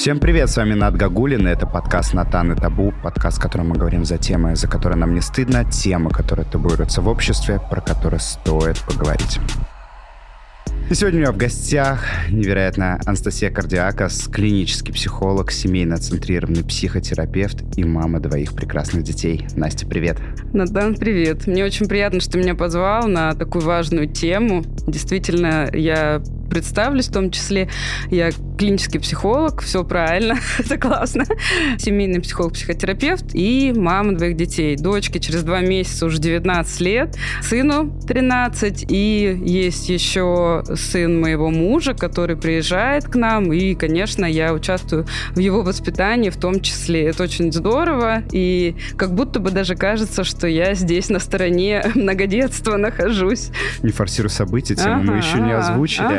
Всем привет, с вами Нат Гагулин, и это подкаст «Натан и табу», подкаст, в котором мы говорим за темы, за которые нам не стыдно, темы, которые табуируются в обществе, про которые стоит поговорить. И сегодня у меня в гостях невероятная Анастасия Кардиакос, клинический психолог, семейно-центрированный психотерапевт и мама двоих прекрасных детей. Настя, привет. Натан, привет. Мне очень приятно, что ты меня позвал на такую важную тему. Действительно, я представлюсь в том числе. Я клинический психолог, все правильно, это классно. Семейный психолог-психотерапевт и мама двоих детей. Дочке через 2 месяца уже 19 лет, сыну 13, и есть еще сын моего мужа, который приезжает к нам, и, конечно, я участвую в его воспитании в том числе. Это очень здорово, и как будто бы даже кажется, что я здесь на стороне многодетства нахожусь. Не форсируй события, тему мы еще не озвучили.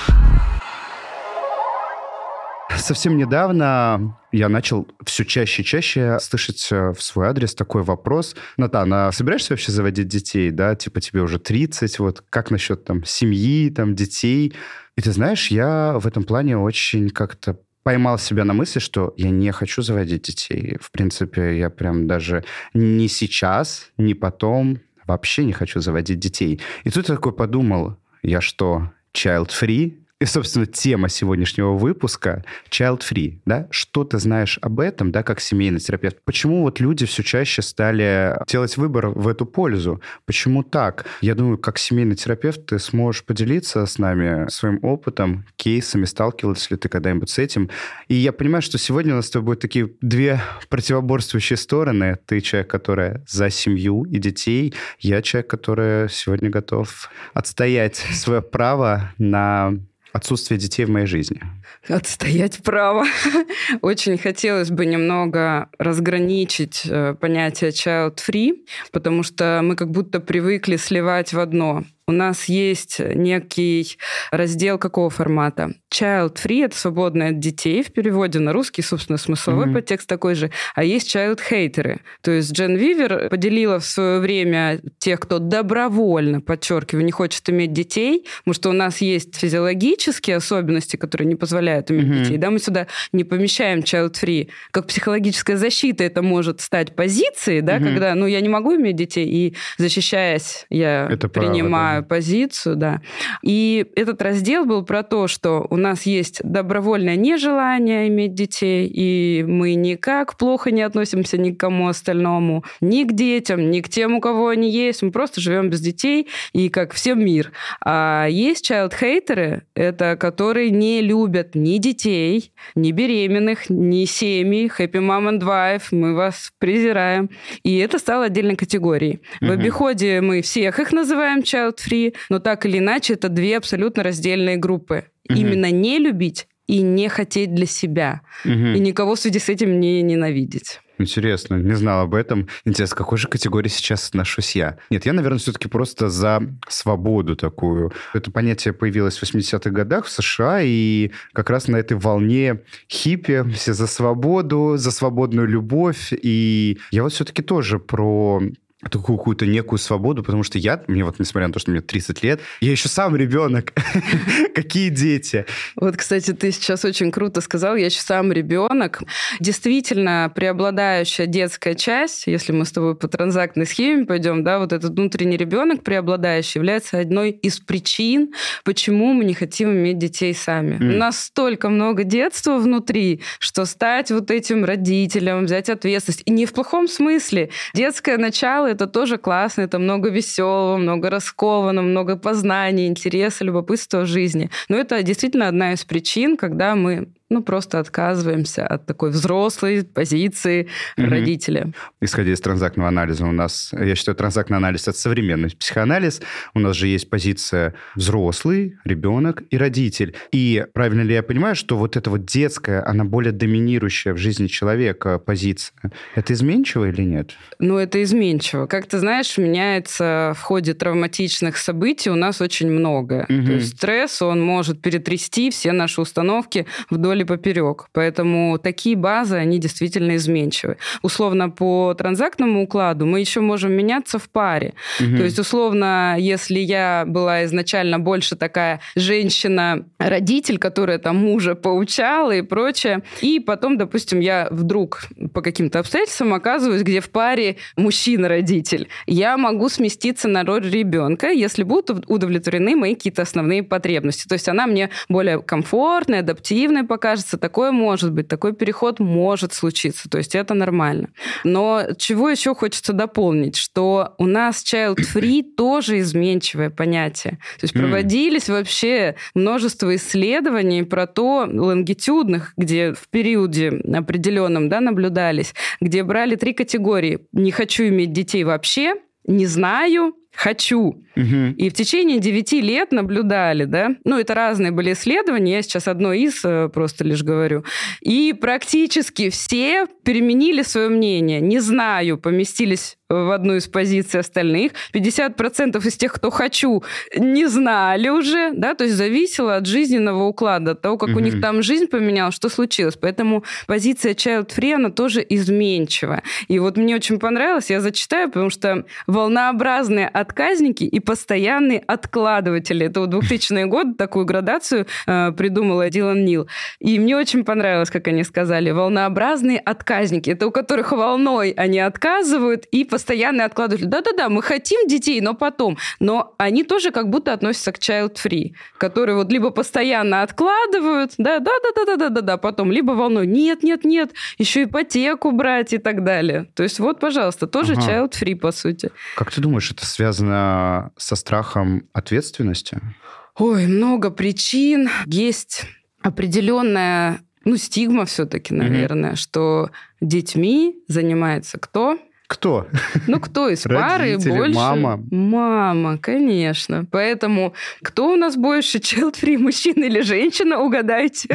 Совсем недавно я начал все чаще и чаще слышать в свой адрес такой вопрос. Натан, а собираешься вообще заводить детей, да? Типа тебе уже 30, вот как насчет там семьи, там детей? И ты знаешь, я в этом плане очень как-то поймал себя на мысли, что я не хочу заводить детей. В принципе, я прям даже не сейчас, не потом вообще не хочу заводить детей. И тут я такой подумал, я что, child-free? И, собственно, тема сегодняшнего выпуска – child-free, да? Что ты знаешь об этом, да, как семейный терапевт? Почему вот люди все чаще стали делать выбор в эту пользу? Почему так? Я думаю, как семейный терапевт ты сможешь поделиться с нами своим опытом, кейсами, сталкивался ли ты когда-нибудь с этим. И я понимаю, что сегодня у нас с тобой будут такие 2 противоборствующие стороны. Ты человек, который за семью и детей. Я человек, который сегодня готов отстоять свое право на отсутствие детей в моей жизни. Отстоять право. Очень хотелось бы немного разграничить понятие child-free, потому что мы как будто привыкли сливать в одно. У нас есть некий раздел какого формата? Child-free — это свободное от детей, в переводе на русский, собственно, смысловой подтекст такой же. А есть child-хейтеры. То есть Джен Вивер поделила в свое время тех, кто добровольно, подчеркиваю, не хочет иметь детей, потому что у нас есть физиологические особенности, которые не позволяют иметь детей. Да, мы сюда не помещаем child-free. Как психологическая защита это может стать позицией, да, когда, я не могу иметь детей, и защищаясь, я это принимаю позицию, да. И этот раздел был про то, что у нас есть добровольное нежелание иметь детей, и мы никак плохо не относимся ни к кому остальному, ни к детям, ни к тем, у кого они есть. Мы просто живем без детей, и как всем мир. А есть child-хейтеры, это которые не любят ни детей, ни беременных, ни семьи. Happy mom and wife, мы вас презираем. И это стало отдельной категорией. В обиходе мы всех их называем child-free, но так или иначе это 2 абсолютно раздельные группы. Именно не любить и не хотеть для себя. И никого в связи с этим не ненавидеть. Интересно, не знал об этом. Интересно, к какой же категории сейчас отношусь я? Нет, я, наверное, все-таки просто за свободу такую. Это понятие появилось в 80-х годах в США, и как раз на этой волне хиппи, все за свободу, за свободную любовь. И я вот все-таки тоже про такую какую-то некую свободу, потому что мне вот, несмотря на то, что мне 30 лет, я еще сам ребенок. Какие дети? Вот, кстати, ты сейчас очень круто сказал, я еще сам ребенок. Действительно, преобладающая детская часть, если мы с тобой по транзактной схеме пойдем, да, вот этот внутренний ребенок преобладающий является одной из причин, почему мы не хотим иметь детей сами. У нас столько много детства внутри, что стать вот этим родителем, взять ответственность. И не в плохом смысле. Детское начало это тоже классно, это много веселого, много раскованного, много познаний, интереса, любопытства в жизни. Но это действительно одна из причин, когда мы просто отказываемся от такой взрослой позиции родителя. Исходя из транзактного анализа у нас, я считаю, транзактный анализ – это современный психоанализ. У нас же есть позиция взрослый, ребенок и родитель. И правильно ли я понимаю, что вот эта вот детская, она более доминирующая в жизни человека позиция? Это изменчиво или нет? Это изменчиво. Как ты знаешь, меняется в ходе травматичных событий у нас очень многое. То есть стресс, он может перетрясти все наши установки вдоль вдоль и поперек. Поэтому такие базы, они действительно изменчивы. Условно, по транзактному укладу мы еще можем меняться в паре. То есть, условно, если я была изначально больше такая женщина-родитель, которая там мужа поучала и прочее, и потом, допустим, я вдруг по каким-то обстоятельствам оказываюсь, где в паре мужчина-родитель, я могу сместиться на роль ребенка, если будут удовлетворены мои какие-то основные потребности. То есть она мне более комфортной, адаптивной покажется. Такое может быть, такой переход может случиться. То есть это нормально. Но чего еще хочется дополнить, что у нас child-free тоже изменчивое понятие. То есть проводились вообще множество исследований про то, лонгитюдных, где в периоде определенном, да, наблюдались, где брали 3 категории. Не хочу иметь детей вообще, не знаю, хочу. И в течение 9 лет наблюдали, да, ну, это разные были исследования, я сейчас одно из просто лишь говорю, и практически все переменили свое мнение. Не знаю, поместились в одну из позиций остальных. 50% из тех, кто хочу, не знали уже, да, то есть зависело от жизненного уклада, от того, как у них там жизнь поменялась, что случилось. Поэтому позиция child-free, она тоже изменчива. И вот мне очень понравилось, я зачитаю, потому что волнообразные отказники и постоянные откладыватели. Это вот 2000-е годы, такую градацию придумала Дилан Нил. И мне очень понравилось, как они сказали, волнообразные отказники. Это у которых волной они отказывают и постоянные откладыватели. Да-да-да, мы хотим детей, но потом. Но они тоже как будто относятся к child-free, которые вот либо постоянно откладывают, да-да-да-да-да-да, потом, либо волной нет-нет-нет, еще ипотеку брать и так далее. То есть вот, пожалуйста, тоже child-free, по сути. Как ты думаешь, это связано со страхом ответственности? Ой, много причин. Есть определенная, стигма все-таки, наверное, что детьми занимается кто? Кто? Кто из пары больше? Мама. Мама, конечно. Поэтому кто у нас больше, child-free, мужчина или женщина, угадайте?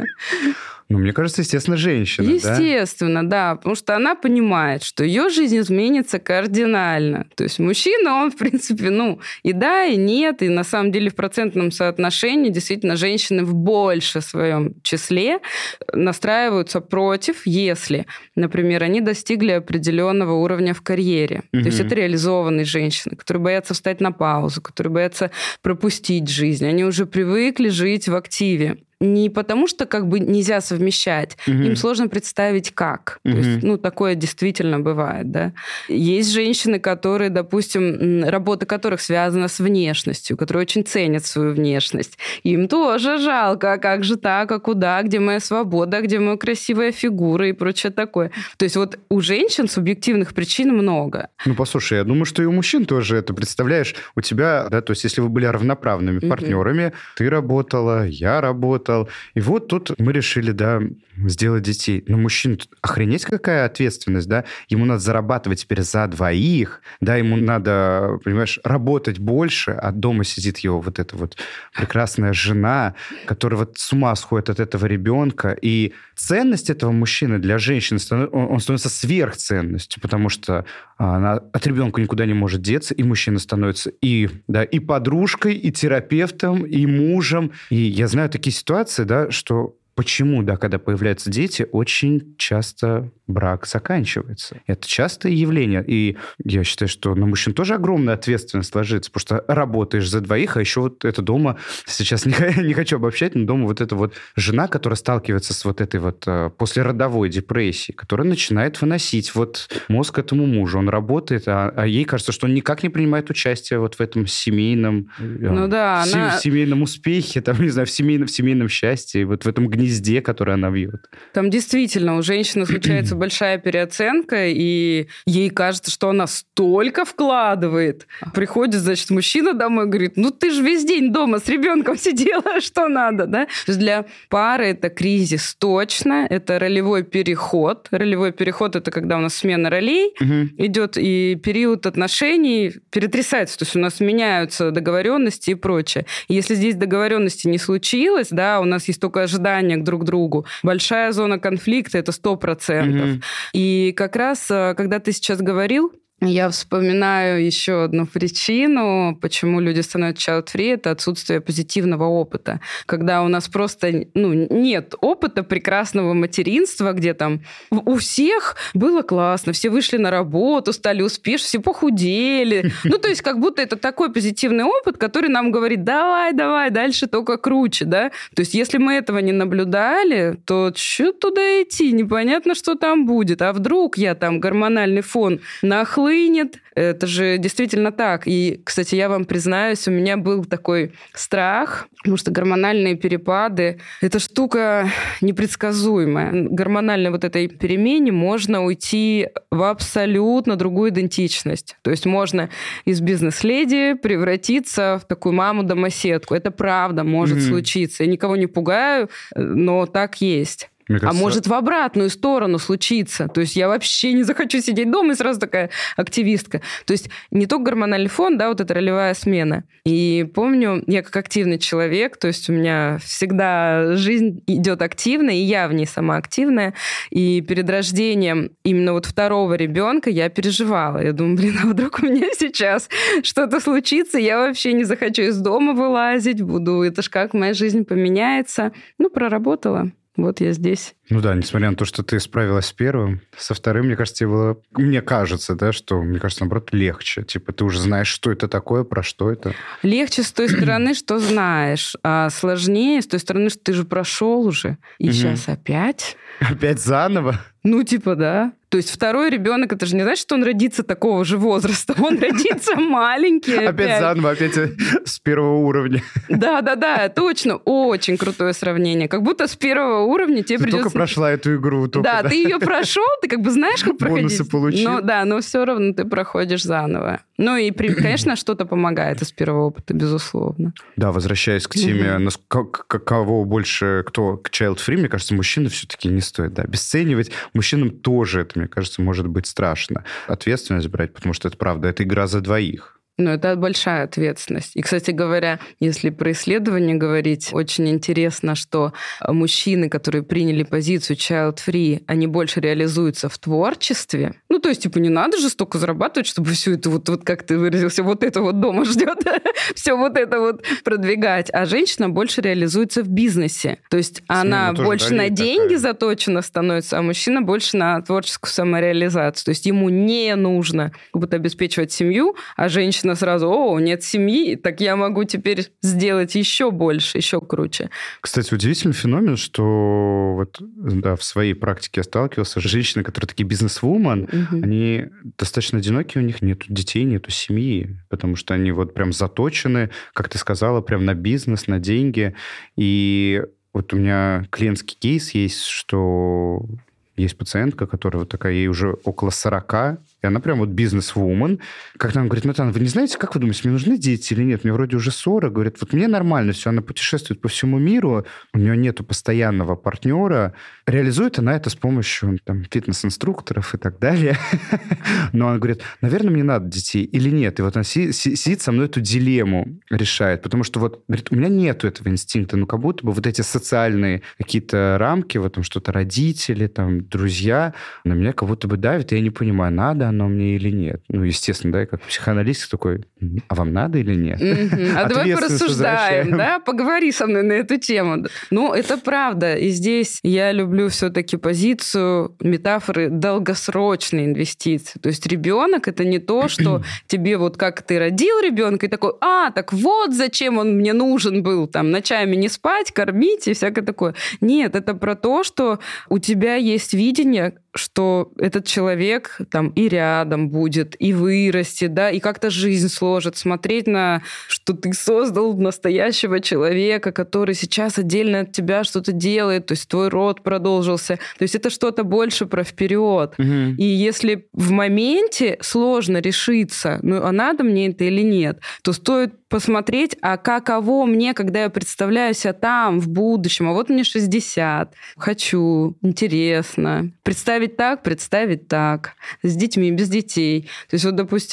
Мне кажется, естественно, женщина, Естественно, да, потому что она понимает, что ее жизнь изменится кардинально. То есть мужчина, он, в принципе, и да, и нет, и на самом деле в процентном соотношении действительно женщины в большем своем числе настраиваются против, если, например, они достигли определенного уровня в карьере. То есть это реализованные женщины, которые боятся встать на паузу, которые боятся пропустить жизнь. Они уже привыкли жить в активе. Не потому, что нельзя совмещать, им сложно представить, как. То есть, такое действительно бывает, да. Есть женщины, которые, допустим, работа которых связана с внешностью, которые очень ценят свою внешность. Им тоже жалко, а как же так, а куда, где моя свобода, где моя красивая фигура и прочее такое. То есть вот у женщин субъективных причин много. Послушай, я думаю, что и у мужчин тоже это. Представляешь, у тебя, да, то есть если вы были равноправными партнерами, ты работала, я работал, и вот тут мы решили, да, сделать детей. Но мужчина, охренеть какая ответственность, да? Ему надо зарабатывать теперь за двоих, да, ему надо, понимаешь, работать больше, а дома сидит его вот эта вот прекрасная жена, которая вот с ума сходит от этого ребенка. И ценность этого мужчины для женщины, он становится сверхценностью, потому что она от ребенка никуда не может деться, и мужчина становится и подружкой, и терапевтом, и мужем. И я знаю такие ситуации, да, что почему, да, когда появляются дети, очень часто брак заканчивается. Это частое явление. И я считаю, что на мужчин тоже огромная ответственность ложится, потому что работаешь за двоих, а еще вот это дома, сейчас не хочу обобщать, но дома вот эта вот жена, которая сталкивается с вот этой вот послеродовой депрессией, которая начинает выносить вот мозг этому мужу. Он работает, а ей кажется, что он никак не принимает участие вот в этом семейном, семейном успехе, там, не знаю, в семейном счастье, вот в этом гнезде, которое она вьет. Там действительно у женщины случается большая переоценка, и ей кажется, что она столько вкладывает. Приходит, значит, мужчина домой и говорит, ты же весь день дома с ребенком сидела, что надо, да? То есть для пары это кризис точно, это ролевой переход. Ролевой переход – это когда у нас смена ролей идет, и период отношений перетрясается, то есть у нас меняются договоренности и прочее. И если здесь договоренности не случилось, да, у нас есть только ожидания друг к другу, большая зона конфликта – это 100%. И как раз, когда ты сейчас говорил, Я вспоминаю еще одну причину, почему люди становятся child-free, это отсутствие позитивного опыта. Когда у нас просто нет опыта прекрасного материнства, где там у всех было классно, все вышли на работу, стали успешны, все похудели. То есть как будто это такой позитивный опыт, который нам говорит, давай, дальше только круче, да? То есть если мы этого не наблюдали, то что туда идти? Непонятно, что там будет. А вдруг я там гормональный фон нахлынет? Это же действительно так. И, кстати, я вам признаюсь, у меня был такой страх, потому что гормональные перепады – это штука непредсказуемая. Гормональной вот этой перемене можно уйти в абсолютно другую идентичность. То есть можно из бизнес-леди превратиться в такую маму-домоседку. Это правда может случиться. Я никого не пугаю, но так есть. Кажется... А может в обратную сторону случиться. То есть я вообще не захочу сидеть дома и сразу такая активистка. То есть не только гормональный фон, да, вот эта ролевая смена. И помню, я как активный человек, то есть у меня всегда жизнь идет активно, и я в ней сама активная. И перед рождением именно вот второго ребенка я переживала. Я думаю, а вдруг у меня сейчас что-то случится, я вообще не захочу из дома вылазить, это ж как моя жизнь поменяется. Проработала. Вот я здесь. Несмотря на то, что ты справилась с первым, со вторым, мне кажется, тебе было... Мне кажется, да, что, наоборот, легче. Типа ты уже знаешь, что это такое, про что это. Легче с той стороны, что знаешь, а сложнее с той стороны, что ты же прошел уже. И сейчас опять... Опять заново? Да. То есть второй ребенок, это же не значит, что он родится такого же возраста. Он родится маленький. Опять заново, опять с первого уровня. Да, точно. Очень крутое сравнение. Как будто с первого уровня тебе придется... Только прошла эту игру. Да, ты ее прошел, ты как бы знаешь, как проходить. Бонусы получил. Но все равно ты проходишь заново. И, конечно, что-то помогает из первого опыта, безусловно. Да, возвращаясь к теме, кого больше, кто child-free, мне кажется, мужчины все-таки не стоит обесценивать. Мужчинам тоже это, мне кажется, может быть страшно. Ответственность брать, потому что это правда, это игра за двоих. Это большая ответственность. И, кстати говоря, если про исследования говорить, очень интересно, что мужчины, которые приняли позицию child-free, они больше реализуются в творчестве. То есть, не надо же столько зарабатывать, чтобы все это, вот как ты выразился, вот это вот дома ждет, все вот это вот продвигать. А женщина больше реализуется в бизнесе. То есть, она больше на деньги заточена становится, а мужчина больше на творческую самореализацию. То есть, ему не нужно как будто обеспечивать семью, а женщина сразу, нет семьи, так я могу теперь сделать еще больше, еще круче. Кстати, удивительный феномен, что в своей практике я сталкивался, женщины, которые такие бизнес-вумен, они достаточно одинокие, у них нету детей, нету семьи, потому что они прям заточены, как ты сказала, прям на бизнес, на деньги. И у меня клиентский кейс есть, что есть пациентка, которая такая, ей уже около 40, и она прям бизнес-вумен. Как-то она говорит, Наталья, вы не знаете, как вы думаете, мне нужны дети или нет? Мне вроде уже 40. Говорит, мне нормально все. Она путешествует по всему миру, у нее нету постоянного партнера. Реализует она это с помощью фитнес-инструкторов и так далее. Но она говорит, наверное, мне надо детей или нет? И она сидит со мной эту дилемму решает. Потому что говорит, у меня нету этого инстинкта. Как будто бы эти социальные какие-то рамки, что-то родители, друзья, на меня как будто бы давят, и я не понимаю, надо оно мне или нет. Естественно, да, как психоаналитик такой, а вам надо или нет? А давай порассуждаем, да? Поговори со мной на эту тему. Это правда. И здесь я люблю все-таки позицию метафоры долгосрочной инвестиции. То есть ребенок — это не то, что тебе как ты родил ребенка, и такой, так вот зачем он мне нужен был, ночами не спать, кормить и всякое такое. Нет, это про то, что у тебя есть видение, что этот человек и рядом будет, и вырастет, да, и как-то жизнь сложит. Смотреть на, что ты создал настоящего человека, который сейчас отдельно от тебя что-то делает, то есть твой род продолжился. То есть это что-то больше про вперед. И если в моменте сложно решиться, а надо мне это или нет, то стоит посмотреть, а каково мне, когда я представляю себя там, в будущем, а мне 60, хочу, интересно. Представить так, с детьми, без детей. То есть допустим,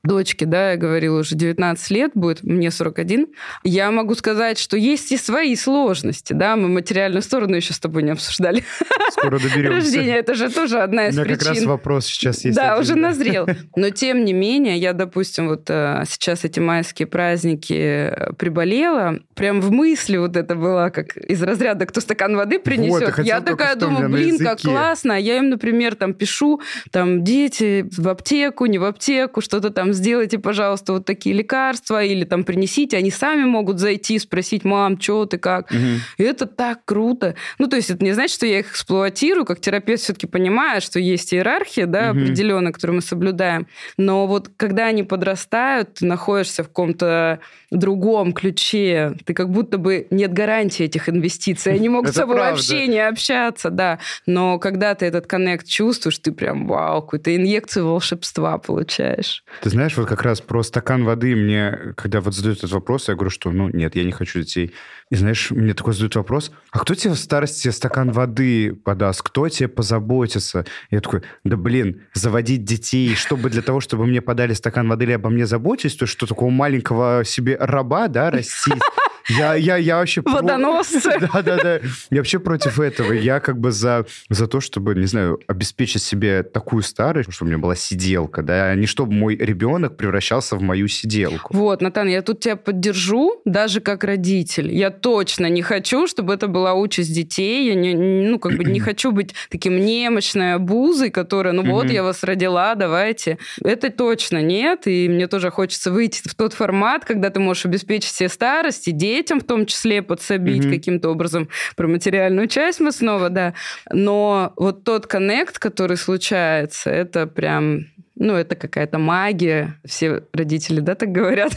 дочке, да, я говорила, уже 19 лет будет, мне 41, я могу сказать, что есть и свои сложности, да, мы материальную сторону еще с тобой не обсуждали. Скоро доберемся. Рождение, это же тоже одна из причин. У меня как раз вопрос сейчас есть. Да, уже назрел. Но тем не менее, я, допустим, вот сейчас эти майские праздники приболела, прям в мысли вот это было, как из разряда «кто стакан воды принесет». Я такая думаю, блин, как классно. Я им, например, там пишу, там, дети, в аптеку, не в аптеку, что-то там сделайте, пожалуйста, вот такие лекарства, или там принесите. Они сами могут зайти, спросить: мам, что ты, как? И это так круто. Ну, то есть это не значит, что я их эксплуатирую, как терапевт все-таки понимаю, что есть иерархия, да, определенная, которую мы соблюдаем. Но вот когда они подрастают, ты находишься в каком-то другом ключе, ты как будто бы нет гарантии этих инвестиций. Они могут с собой вообще не общаться, да. Но когда ты этот коннект чувствуешь, ты прям вау, какую-то инъекцию волшебства получаешь. Ты знаешь, вот как раз про стакан воды мне, когда вот задают этот вопрос, я говорю, что, нет, я не хочу детей. И знаешь, мне такой задают вопрос: а кто тебе в старости стакан воды подаст? Кто тебе позаботится? Я такой: да блин, заводить детей, чтобы для того, чтобы мне подали стакан воды или обо мне заботились, то что такого маленького себе раба, да, растить? Я вообще... Водоносцы. Да. Я вообще против этого. Я как бы за то, чтобы, не знаю, обеспечить себе такую старость, чтобы у меня была сиделка, да, а не чтобы мой ребенок превращался в мою сиделку. Вот, Натан, я тут тебя поддержу, даже как родитель. Я точно не хочу, чтобы это была участь детей. Я не хочу быть таким немощной обузой, которая, вот я вас родила, давайте. Это точно нет, и мне тоже хочется выйти в тот формат, когда ты можешь обеспечить себе старость, и детям в том числе подсобить каким-то образом. Про материальную часть мы снова, да. Но вот тот коннект, который случается, это прям... это какая-то магия. Все родители, да, так говорят?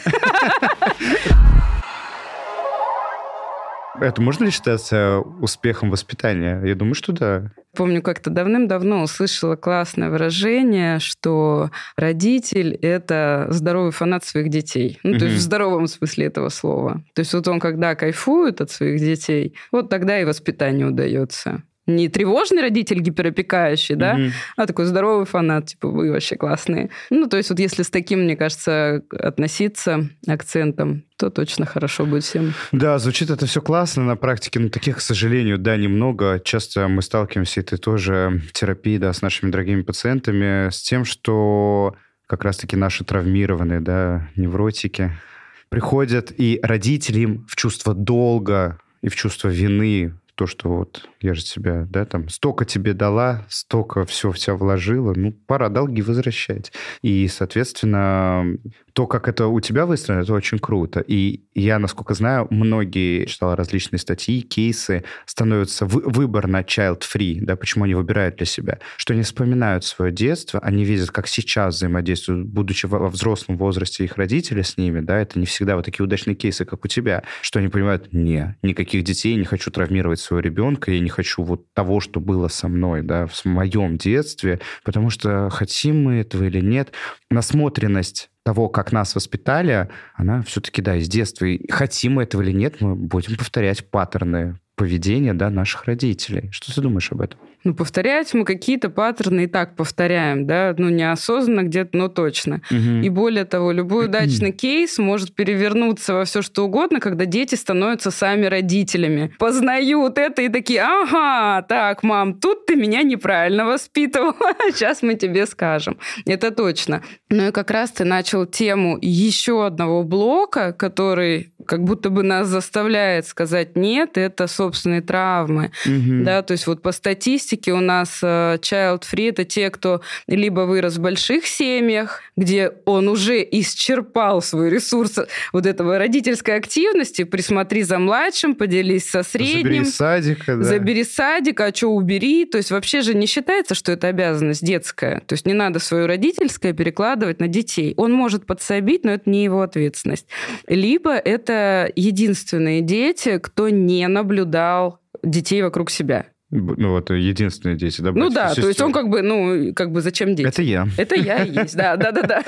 Это можно ли считаться успехом воспитания? Я думаю, что да. Помню, как-то давным-давно услышала классное выражение, что родитель — это здоровый фанат своих детей. То есть в здоровом смысле этого слова. То есть вот он, когда кайфует от своих детей, вот тогда и воспитание удается. Не тревожный родитель гиперопекающий, да, а такой здоровый фанат, типа, вы вообще классные. То есть вот если с таким, мне кажется, относиться акцентом, то точно хорошо будет всем. Да, звучит это все классно на практике, но таких, к сожалению, да, немного. Часто мы сталкиваемся, это тоже в терапии, да, с нашими дорогими пациентами, с тем, что как раз-таки наши травмированные, да, невротики приходят, и родители им в чувство долга и в чувство вины, то, что вот я же тебя, да, там, столько тебе дала, столько все в тебя вложила, пора долги возвращать. И, соответственно, то, как это у тебя выстроено, это очень круто. И я, насколько знаю, многие, читал различные статьи, кейсы, становятся выбор на child-free, да, почему они выбирают для себя, что они вспоминают свое детство, они видят, как сейчас взаимодействуют, будучи во взрослом возрасте их родители с ними, да, это не всегда вот такие удачные кейсы, как у тебя, что они понимают: никаких детей, не хочу травмировать своего ребенка, я не хочу вот того, что было со мной, да, в моем детстве, потому что хотим мы этого или нет, насмотренность того, как нас воспитали, она все-таки, да, из детства. И хотим мы этого или нет, мы будем повторять паттерны поведения, да, наших родителей. Что ты думаешь об этом? Повторять мы какие-то паттерны и так повторяем, да, неосознанно где-то, но точно. И более того, любой удачный кейс может перевернуться во все что угодно, когда дети становятся сами родителями. Познают это и такие: ага, так, мам, тут ты меня неправильно воспитывала, сейчас мы тебе скажем. Это точно. И как раз ты начал тему еще одного блока, который как будто бы нас заставляет сказать нет, это собственные травмы. Да, то есть вот по статистике у нас child-free — это те, кто либо вырос в больших семьях, где он уже исчерпал свой ресурс вот этого родительской активности, присмотри за младшим, поделись со средним. Забери садика, да. Забери садик, а что убери. То есть вообще же не считается, что это обязанность детская. То есть не надо свое родительское перекладывать на детей. Он может подсобить, но это не его ответственность. Либо это единственные дети, кто не наблюдал детей вокруг себя. Вот единственные дети, да? То есть он как бы зачем дети? Это я. Это я и есть, да.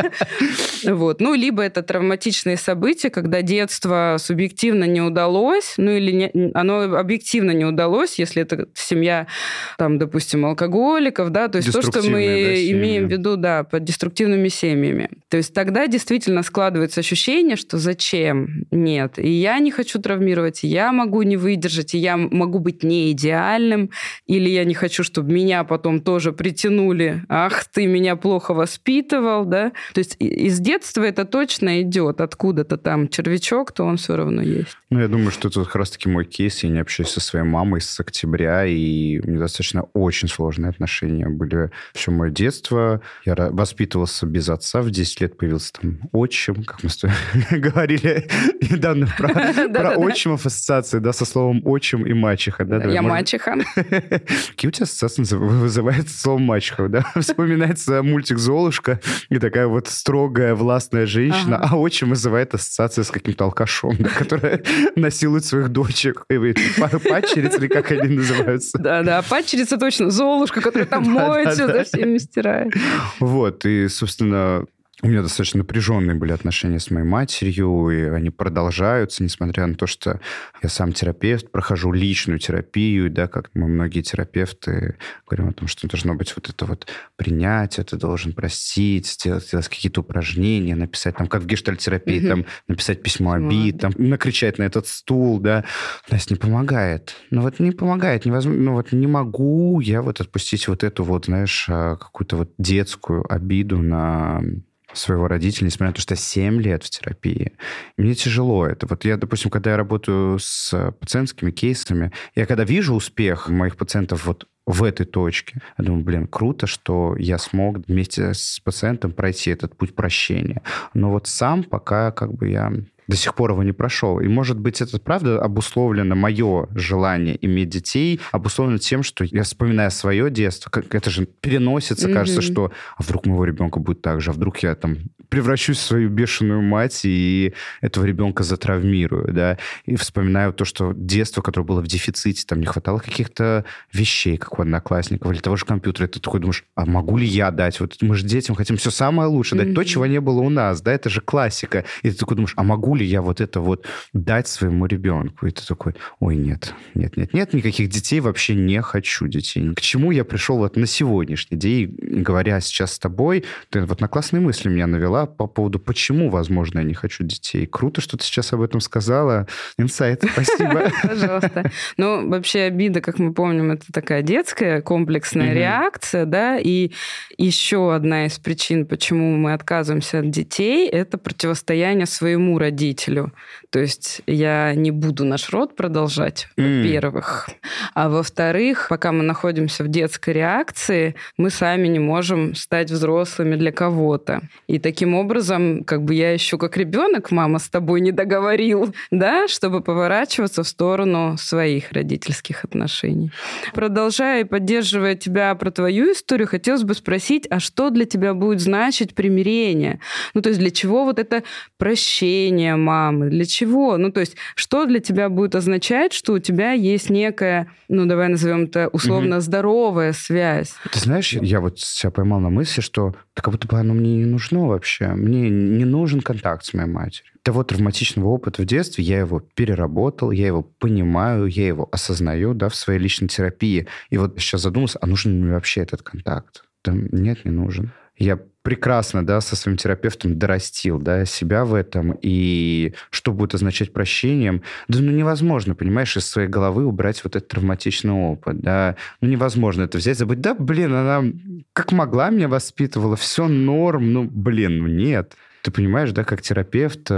Вот. Либо это травматичные события, когда детство субъективно не удалось, оно объективно не удалось, если это семья, там, допустим, алкоголиков, да, то есть то, что мы имеем в виду, да, под деструктивными семьями. То есть тогда действительно складывается ощущение, что зачем? Нет. И я не хочу травмировать, и я могу не выдержать, и я могу быть не идеальным, или я не хочу, чтобы меня потом тоже притянули. Ах, ты меня плохо воспитывал, да? То есть из детства это точно идет. Откуда-то там червячок, то он все равно есть. Ну, я думаю, что это как раз-таки мой кейс. Я не общаюсь со своей мамой с октября, и у меня достаточно очень сложные отношения были все мое детство. Я воспитывался без отца. В 10 лет появился там отчим, как мы с тобой говорили недавно про отчимов ассоциации, да, со словом отчим и мачеха. Я мачеха. Какие у тебя ассоциации вызывает слово мачеха, да? Вспоминается мультик «Золушка», и такая вот строгая, властная женщина, а отчим вызывает ассоциации с каким-то алкашом, да, которая насилует своих дочек. Падчерицы, или как они называются? Да, падчерица точно. Золушка, которая там моет все, за всеми стирает. Вот, и, собственно... У меня достаточно напряженные были отношения с моей матерью, и они продолжаются, несмотря на то, что я сам терапевт, прохожу личную терапию, да, как мы многие терапевты говорим о том, что должно быть вот это вот принятие, ты должен простить, сделать какие-то упражнения, написать, там, как в гештальт-терапии, там, написать письмо обид, там, накричать на этот стул, да. Настя, не помогает. Ну вот не помогает, невозможно, ну вот не могу я вот отпустить вот эту вот, знаешь, какую-то вот детскую обиду на... своего родителя, несмотря на то, что я 7 лет в терапии. Мне тяжело это. Вот я, допустим, когда я работаю с пациентскими кейсами, я когда вижу успех моих пациентов вот в этой точке, я думаю, блин, круто, что я смог вместе с пациентом пройти этот путь прощения. Но вот сам пока как бы я... до сих пор его не прошел. И, может быть, это, правда, обусловлено мое желание иметь детей, обусловлено тем, что я вспоминаю свое детство, как это же переносится, кажется, что а вдруг моего ребенка будет так же, а вдруг я там превращусь в свою бешеную мать и этого ребенка затравмирую, да, и вспоминаю то, что детство, которое было в дефиците, там не хватало каких-то вещей, как у одноклассников, или того же компьютера, и ты такой думаешь, а могу ли я дать? Вот мы же детям хотим все самое лучшее дать, то, чего не было у нас, да, это же классика. И ты такой думаешь, а могу ли я вот это вот дать своему ребенку? И ты такой, ой, нет, никаких детей, вообще не хочу детей. К чему я пришел вот на сегодняшний день, говоря сейчас с тобой, ты вот на классные мысли меня навела по поводу, почему, возможно, я не хочу детей. Круто, что ты сейчас об этом сказала. Инсайт, спасибо. Пожалуйста. Ну, вообще обида, как мы помним, это такая детская комплексная реакция, да, и еще одна из причин, почему мы отказываемся от детей, это противостояние своему родителю. То есть я не буду наш род продолжать, во-первых. А во-вторых, пока мы находимся в детской реакции, мы сами не можем стать взрослыми для кого-то. И таким образом, как бы я еще как ребенок, мама с тобой не договорил, да, чтобы поворачиваться в сторону своих родительских отношений. Продолжая и поддерживая тебя про твою историю, хотелось бы спросить, а что для тебя будет значить примирение? Ну, то есть для чего вот это прощение мамы? Для чего? Ну, то есть что для тебя будет означать, что у тебя есть некая, ну, давай назовем это условно здоровая связь? Ты знаешь, я вот себя поймал на мысли, что как будто бы оно мне не нужно вообще. Мне не нужен контакт с моей матерью. Того травматичного опыта в детстве я его переработал, я его понимаю, я его осознаю, да, в своей личной терапии. И вот сейчас задумался, а нужен ли мне вообще этот контакт? Да нет, не нужен. Я прекрасно, да, со своим терапевтом дорастил, да, себя в этом, и что будет означать прощением, да, ну, невозможно, понимаешь, из своей головы убрать вот этот травматичный опыт, да, ну, невозможно это взять, забыть, да, блин, она как могла меня воспитывала, все норм, ну, блин, ну, нет. Ты понимаешь, да, как терапевт,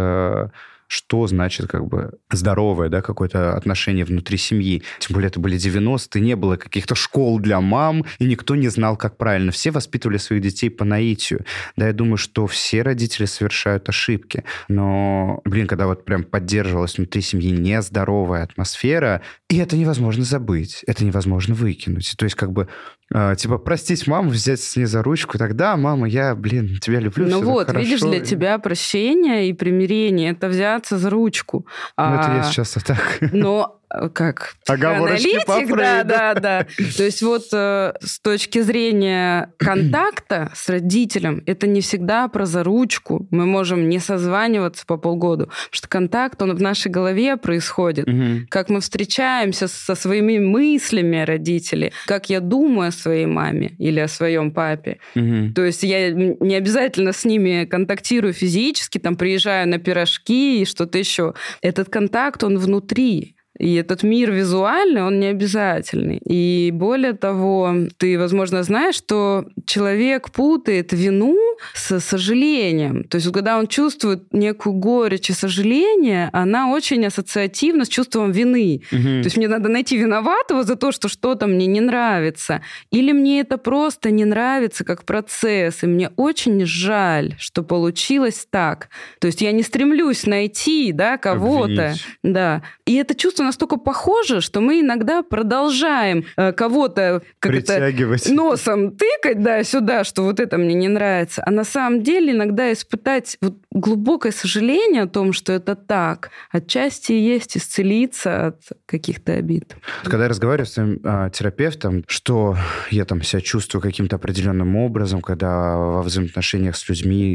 что значит как бы здоровое, да, какое-то отношение внутри семьи. Тем более это были 90-е, не было каких-то школ для мам, и никто не знал, как правильно. Все воспитывали своих детей по наитию. Да, я думаю, что все родители совершают ошибки. Но, блин, когда вот прям поддерживалась внутри семьи нездоровая атмосфера, и это невозможно забыть, это невозможно выкинуть. То есть как бы типа простить маму, взять с ней за ручку, тогда, мама, я, блин, тебя люблю, ну все вот, так видишь, хорошо. для тебя прощение и примирение — это взяться за ручку. Ну, это я сейчас так. Но как оговорочки по психоаналитик, да. То есть вот с точки зрения контакта с родителем, это не всегда про заручку. Мы можем не созваниваться по полгода, потому что контакт, он в нашей голове происходит. Как мы встречаемся со своими мыслями о родителе, как я думаю о своей маме или о своем папе. То есть я не обязательно с ними контактирую физически, там приезжаю на пирожки и что-то еще. Этот контакт, он внутри. И этот мир визуальный, он не обязательный. И более того, ты, возможно, знаешь, что человек путает вину с сожалением. То есть когда он чувствует некую горечь и сожаление, она очень ассоциативна с чувством вины. То есть мне надо найти виноватого за то, что что-то мне не нравится. Или мне это просто не нравится как процесс, и мне очень жаль, что получилось так. То есть я не стремлюсь найти, да, кого-то. Обвинить. Да. И это чувство настолько похоже, что мы иногда продолжаем кого-то притягивать, носом тыкать, да, сюда, что вот это мне не нравится. А на самом деле иногда испытать вот глубокое сожаление о том, что это так, отчасти и есть исцелиться от каких-то обид. Когда я разговариваю с своим терапевтом, что я там себя чувствую каким-то определенным образом, когда во взаимоотношениях с людьми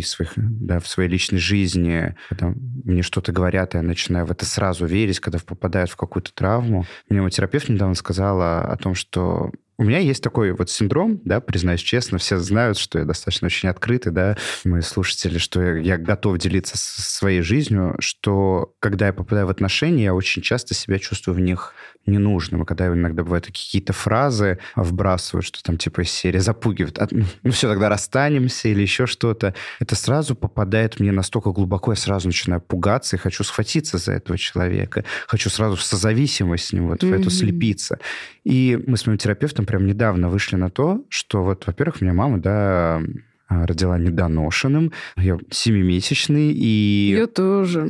в своей личной жизни, когда мне что-то говорят, и я начинаю в это сразу верить, когда попадают в какую-то травму. Мне мой терапевт недавно сказала о том, что у меня есть такой вот синдром, да, признаюсь честно, все знают, что я достаточно очень открытый, да, мои слушатели, что я готов делиться своей жизнью, что когда я попадаю в отношения, я очень часто себя чувствую в них ненужным. И когда иногда бывают какие-то фразы вбрасывают, что там типа из серии запугивают, ну все, тогда расстанемся или еще что-то, это сразу попадает мне настолько глубоко, я сразу начинаю пугаться и хочу схватиться за этого человека, хочу сразу в созависимость с ним, вот в эту слепиться. И мы с моим терапевтом прям недавно вышли на то, что вот, во-первых, у меня мама, да, родила недоношенным, я 7-месячный, и... Я тоже.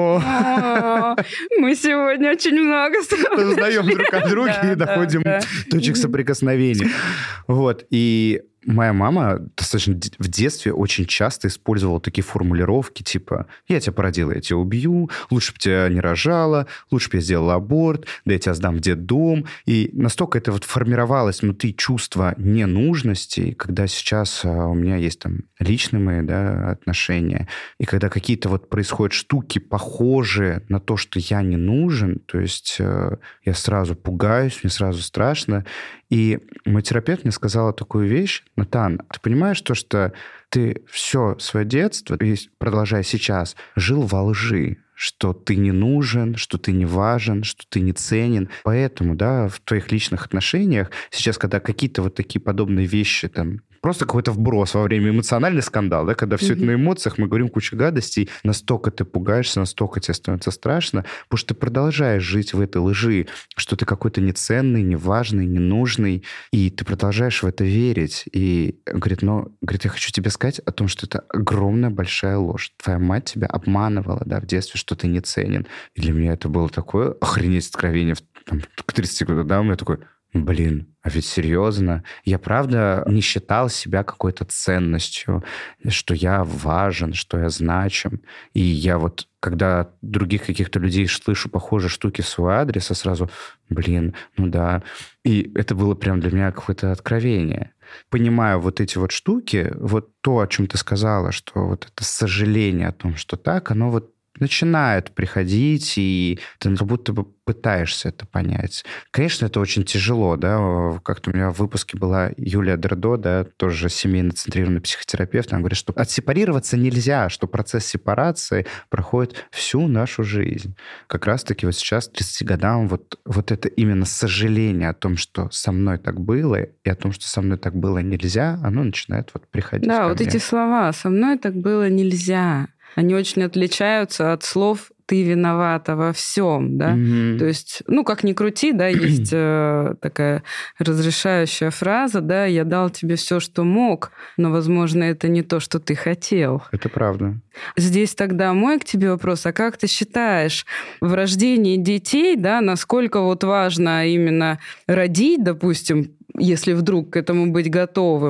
Мы сегодня очень много узнаем друг о друге и доходим до точек соприкосновения. Вот, и моя мама достаточно в детстве очень часто использовала такие формулировки, типа «я тебя породила, я тебя убью», «лучше бы тебя не рожала», «лучше бы я сделала аборт», «да я тебя сдам в детдом». И настолько это вот формировалось внутри чувства ненужности, когда сейчас у меня есть там личные мои, да, отношения, и когда какие-то вот происходят штуки, похожие на то, что я не нужен, то есть я сразу пугаюсь, мне сразу страшно. И мой терапевт мне сказала такую вещь: Натан, ты понимаешь то, что ты все свое детство, и продолжая сейчас, жил во лжи, что ты не нужен, что ты не важен, что ты не ценен. Поэтому, да, в твоих личных отношениях сейчас, когда какие-то вот такие подобные вещи, там, просто какой-то вброс во время эмоциональный скандал, да, когда все это на эмоциях, мы говорим кучу гадостей, настолько ты пугаешься, настолько тебе становится страшно, потому что ты продолжаешь жить в этой лжи, что ты какой-то неценный, неважный, ненужный, и ты продолжаешь в это верить. И говорит, я хочу тебе сказать о том, что это огромная большая ложь. Твоя мать тебя обманывала, да, в детстве, что ты не ценен. И для меня это было такое охренеть откровение там, к 30 годам, да, у меня такой... Блин, а ведь серьезно? Я правда не считал себя какой-то ценностью, что я важен, что я значим. И я вот, когда других каких-то людей слышу похожие штуки в свой адрес, я сразу, блин, ну да. И это было прям для меня какое-то откровение. Понимаю вот эти вот штуки, вот то, о чем ты сказала, что вот это сожаление о том, что так, оно вот начинает приходить, и ты как будто бы пытаешься это понять. Конечно, это очень тяжело, да. Как-то у меня в выпуске была Юлия Дердо, да, тоже семейно-центрированный психотерапевт. Она говорит, что отсепарироваться нельзя, что процесс сепарации проходит всю нашу жизнь. Как раз-таки вот сейчас, к 30 годам, вот это именно сожаление о том, что со мной так было, и о том, что со мной так было нельзя, оно начинает вот приходить. Да, вот эти слова «со мной так было нельзя», они очень отличаются от слов «ты виновата во всем», да? То есть, ну, как ни крути, да, есть такая разрешающая фраза, да, «я дал тебе все, что мог, но, возможно, это не то, что ты хотел». Это правда. Здесь тогда мой к тебе вопрос, а как ты считаешь, в рождении детей, да, насколько вот важно именно родить, допустим, если вдруг к этому быть готовым,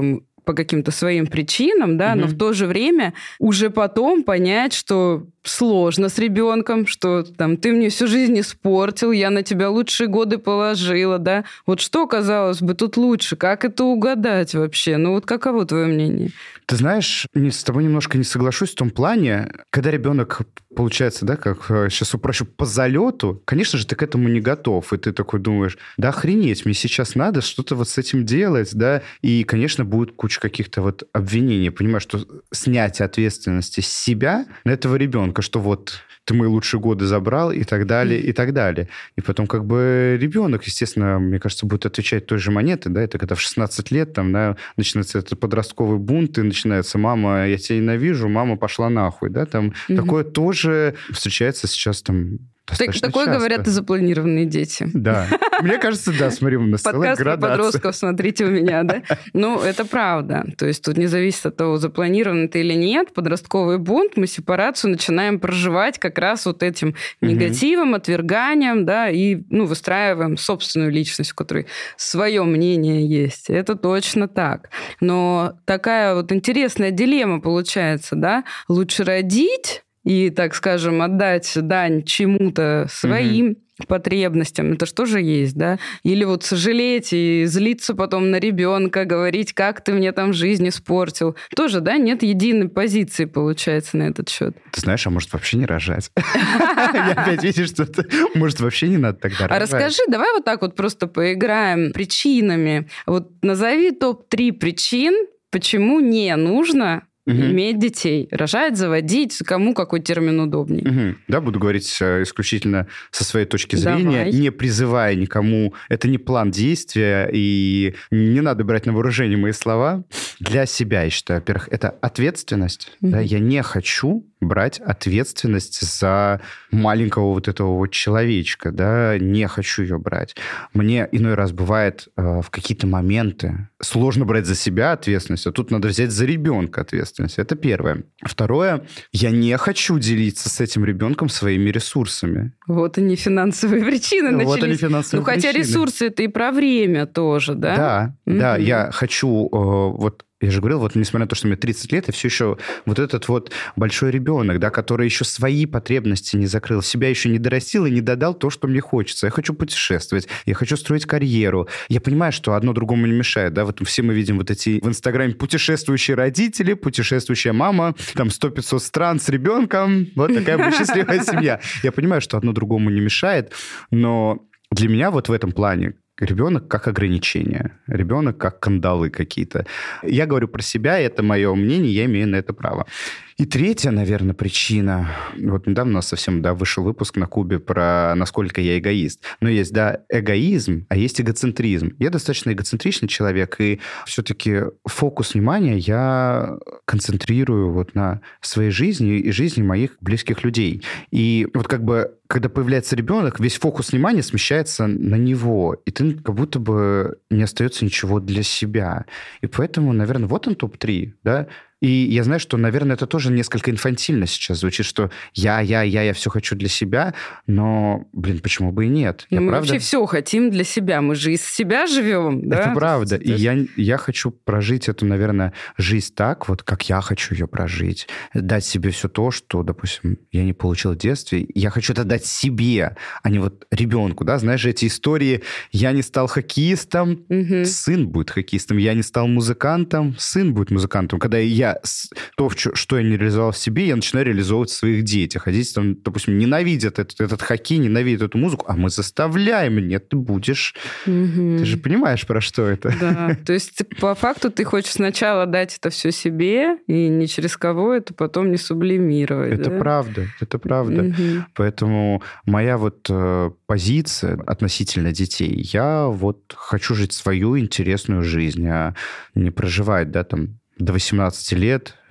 по каким-то своим причинам, да, но в то же время уже потом понять, что сложно с ребенком, что там ты мне всю жизнь испортил, я на тебя лучшие годы положила, да. Вот что, казалось бы, тут лучше? Как это угадать вообще? Ну вот каково твое мнение? Ты знаешь, с тобой немножко не соглашусь в том плане, когда ребенок, получается, да, как сейчас упрощу, по залету, конечно же, ты к этому не готов, и ты такой думаешь, да охренеть, мне сейчас надо что-то вот с этим делать, да, и, конечно, будет куча каких-то вот обвинений, понимаешь, что снятие ответственности с себя на этого ребенка, что вот ты мои лучшие годы забрал и так далее, и так далее. И потом как бы ребенок, естественно, мне кажется, будет отвечать той же монетой, да, это когда в 16 лет там, да, начинается этот подростковый бунт, и начинается: мама, я тебя ненавижу, мама, пошла нахуй, да, там такое тоже встречается сейчас там достаточно Такое часто. говорят и запланированные дети. Да. Мне кажется, да, смотри, на Подкаст про подростков, смотрите у меня, да? Ну, это правда. То есть тут не зависит от того, запланировано это или нет. Подростковый бунт, мы сепарацию начинаем проживать как раз вот этим негативом, отверганием, да, и, ну, выстраиваем собственную личность, у которой свое мнение есть. Это точно так. Но такая вот интересная дилемма получается, да? Лучше родить и, так скажем, отдать дань чему-то своим потребностям, это что же есть, да? Или вот сожалеть и злиться потом на ребенка, говорить, как ты мне там жизнь испортил. Тоже, да, нет единой позиции, получается, на этот счет. Ты знаешь, а может вообще не рожать? Я опять вижу, что может вообще не надо тогда рожать. А расскажи, давай вот так вот просто поиграем причинами. Вот назови топ-3 причин, почему не нужно иметь детей, рожать, заводить, кому какой термин удобнее. Да, буду говорить исключительно со своей точки зрения, не призывая никому. Это не план действия, и не надо брать на вооружение мои слова. Для себя, я считаю, во-первых, это ответственность. Да, я не хочу брать ответственность за маленького вот этого вот человечка, да, не хочу ее брать. Мне иной раз бывает в какие-то моменты сложно брать за себя ответственность, а тут надо взять за ребенка ответственность. Это первое. Второе, я не хочу делиться с этим ребенком своими ресурсами. Вот они финансовые причины начались. Вот они финансовые причины. Хотя ресурсы это и про время тоже, да? Да, я хочу я же говорил, вот несмотря на то, что мне 30 лет, я все еще вот этот вот большой ребенок, да, который еще свои потребности не закрыл, себя еще не дорастил и не додал то, что мне хочется. Я хочу путешествовать, я хочу строить карьеру. Я понимаю, что одно другому не мешает, да, вот все мы видим вот эти в Инстаграме путешествующие родители, путешествующая мама, там 100-500 стран с ребенком, вот такая будет счастливая семья. Я понимаю, что одно другому не мешает, но для меня вот в этом плане ребенок как ограничение, ребенок как кандалы какие-то. Я говорю про себя, это мое мнение, я имею на это право. И третья, наверное, причина. Вот недавно у нас совсем, да, вышел выпуск на Кубе про насколько я эгоист. Но есть, да, эгоизм, а есть эгоцентризм. Я достаточно эгоцентричный человек, и все-таки фокус внимания я концентрирую вот на своей жизни и жизни моих близких людей. И вот как бы, когда появляется ребенок, весь фокус внимания смещается на него, и ты как будто бы не остается ничего для себя. И поэтому, наверное, вот он топ-3, да. И я знаю, что, наверное, это тоже несколько инфантильно сейчас звучит, что я все хочу для себя, но, блин, почему бы и нет? Мы вообще все хотим для себя, мы же из себя живем, да? Это правда, и я хочу прожить эту, наверное, жизнь так, вот как я хочу ее прожить, дать себе все то, что, допустим, я не получил в детстве, я хочу это дать себе, а не вот ребенку, да, знаешь же, эти истории, я не стал хоккеистом, сын будет хоккеистом, я не стал музыкантом, сын будет музыкантом, когда я то, что я не реализовал в себе, я начинаю реализовывать в своих детях. А дети, там, допустим, ненавидят этот хоккей, ненавидят эту музыку, а мы заставляем. Нет, ты будешь. Ты же понимаешь, про что это. Да, то есть по факту ты хочешь сначала дать это все себе, и ни через кого это потом не сублимировать. Это правда, это правда. Поэтому моя вот позиция относительно детей, я вот хочу жить свою интересную жизнь, а не проживать, да, там, до 18 лет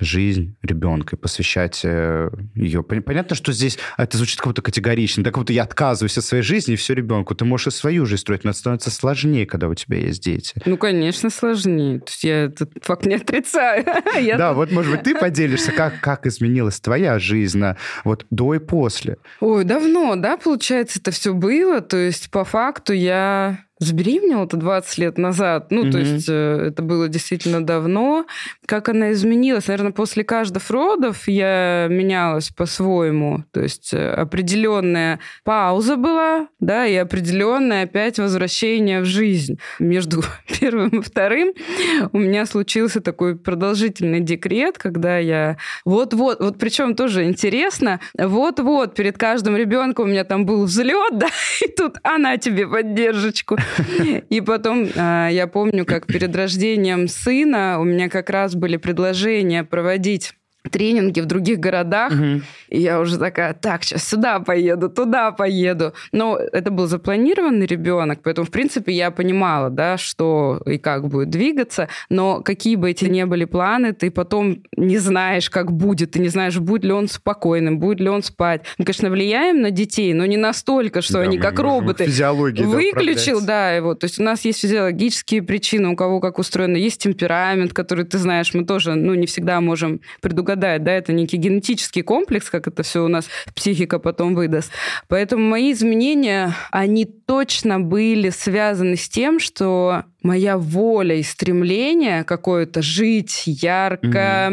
жизнь ребенка и посвящать ее. Понятно, что здесь это звучит как будто категорично, да, как будто я отказываюсь от своей жизни и все ребенку. Ты можешь и свою жизнь строить, но это становится сложнее, когда у тебя есть дети. Ну, конечно, сложнее. То есть я этот факт не отрицаю. Да, вот, может быть, ты поделишься, как изменилась твоя жизнь вот до и после. Ой, давно, да, получается, это все было. То есть, по факту, я забеременела-то 20 лет назад. Ну, то есть это было действительно давно. Как она изменилась? Наверное, после каждых родов я менялась по-своему. То есть определенная пауза была, да, и определенное опять возвращение в жизнь. Между первым и вторым у меня случился такой продолжительный декрет, когда я вот причем тоже интересно, вот-вот перед каждым ребенком у меня там был взлет, да, и тут она тебе поддержечку. И потом я помню, как перед рождением сына у меня как раз были предложения проводить тренинги в других городах. И я уже такая, так, сейчас сюда поеду, туда поеду. Но это был запланированный ребенок, поэтому, в принципе, я понимала, да, что и как будет двигаться. Но какие бы эти ни были планы, ты потом не знаешь, как будет. Ты не знаешь, будет ли он спокойным, будет ли он спать. Мы, конечно, влияем на детей, но не настолько, что они как роботы. Выключил, да, его. То есть у нас есть физиологические причины, у кого как устроено. Есть темперамент, который, ты знаешь, мы тоже, не всегда можем предугадать. Да, это некий генетический комплекс, как это все у нас психика потом выдаст. Поэтому мои изменения, они точно были связаны с тем, что моя воля и стремление какое-то жить ярко,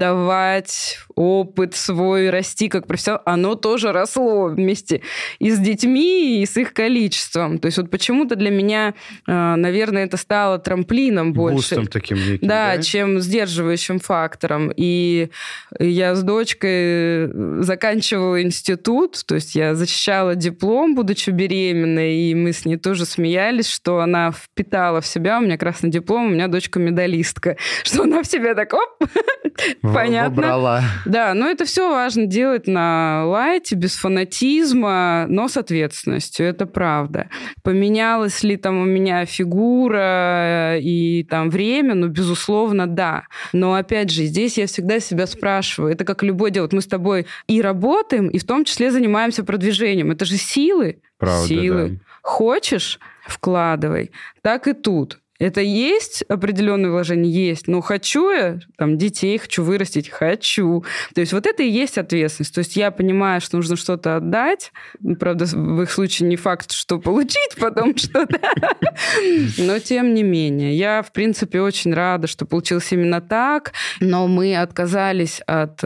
давать опыт свой, расти как профессионал, оно тоже росло вместе и с детьми, и с их количеством. То есть вот почему-то для меня, наверное, это стало трамплином больше. Бустом таким неким, да, чем сдерживающим фактором. И я с дочкой заканчивала институт, то есть я защищала диплом, будучи беременной, и мы с ней тоже смеялись, что она впитала в себя, у меня красный диплом, у меня дочка медалистка, что она в себя так, оп, понятно. Вобрала. Да, но это все важно делать на лайте, без фанатизма, но с ответственностью, это правда. Поменялась ли там у меня фигура и там время? Ну, безусловно, да. Но, опять же, здесь я всегда себя спрашиваю, это как любое дело. Вот мы с тобой и работаем, и в том числе занимаемся продвижением. Это же силы. Правда, силы. да. Хочешь — вкладывай. Так и тут. Это есть определенное вложение? Есть. Но хочу я там детей, хочу вырастить? Хочу. То есть вот это и есть ответственность. То есть я понимаю, что нужно что-то отдать. Правда, в их случае не факт, что получить потом что-то. Но тем не менее. Я, в принципе, очень рада, что получилось именно так. Но мы отказались от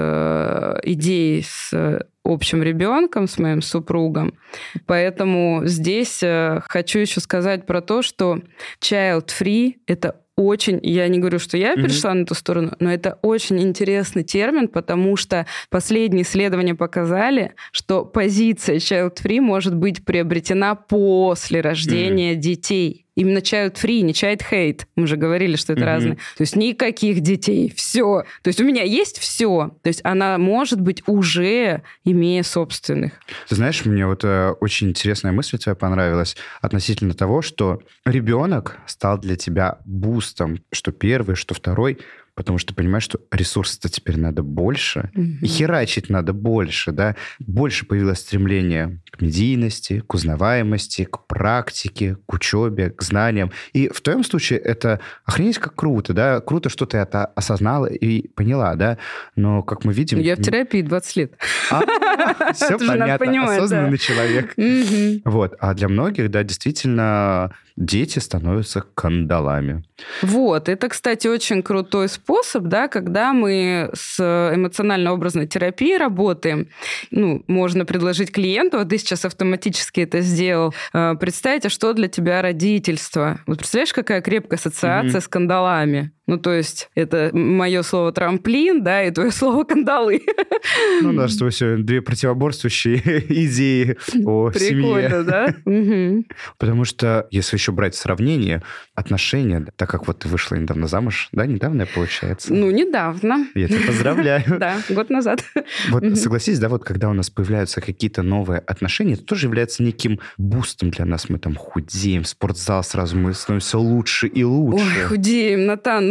идеи с общим ребенком, с моим супругом. Поэтому здесь хочу еще сказать про то, что child-free — это очень, я не говорю, что я перешла на эту сторону, но это очень интересный термин, потому что последние исследования показали, что позиция child-free может быть приобретена после рождения детей. Именно child-free, не child-hate. Мы же говорили, что это разные. То есть никаких детей, все. То есть у меня есть все. То есть она может быть уже имея собственных. Ты знаешь, мне вот очень интересная мысль твоя понравилась относительно того, что ребенок стал для тебя бустом, что первый, что второй, потому что ты понимаешь, что ресурсов-то теперь надо больше, и херачить надо больше, да. Больше появилось стремление к медийности, к узнаваемости, к практике, к учебе, к знаниям. И в твоем случае это охренеть как круто, да. Круто, что ты это осознала и поняла, да. Но, как мы видим... Я в терапии 20 лет. Все понятно, осознанный человек. Вот. А для многих, да, действительно, дети становятся кандалами. Вот. Это, кстати, очень крутой способ, да, когда мы с эмоционально-образной терапией работаем. Можно предложить клиенту, а ты сейчас автоматически это сделал, представить, а что для тебя родительство? Вот представляешь, какая крепкая ассоциация с кандалами? То есть это мое слово трамплин, да, и твое слово кандалы. Да, что все две противоборствующие идеи о семье. Прикольно, да? Потому что, если еще брать сравнение, отношения, так как вот ты вышла недавно замуж, да, недавно, получается? Недавно. Я тебя поздравляю. Да, год назад. Вот согласись, да, вот когда у нас появляются какие-то новые отношения, это тоже является неким бустом для нас. Мы там худеем, в спортзал сразу, мы становимся лучше и лучше. Ой, худеем, Натан,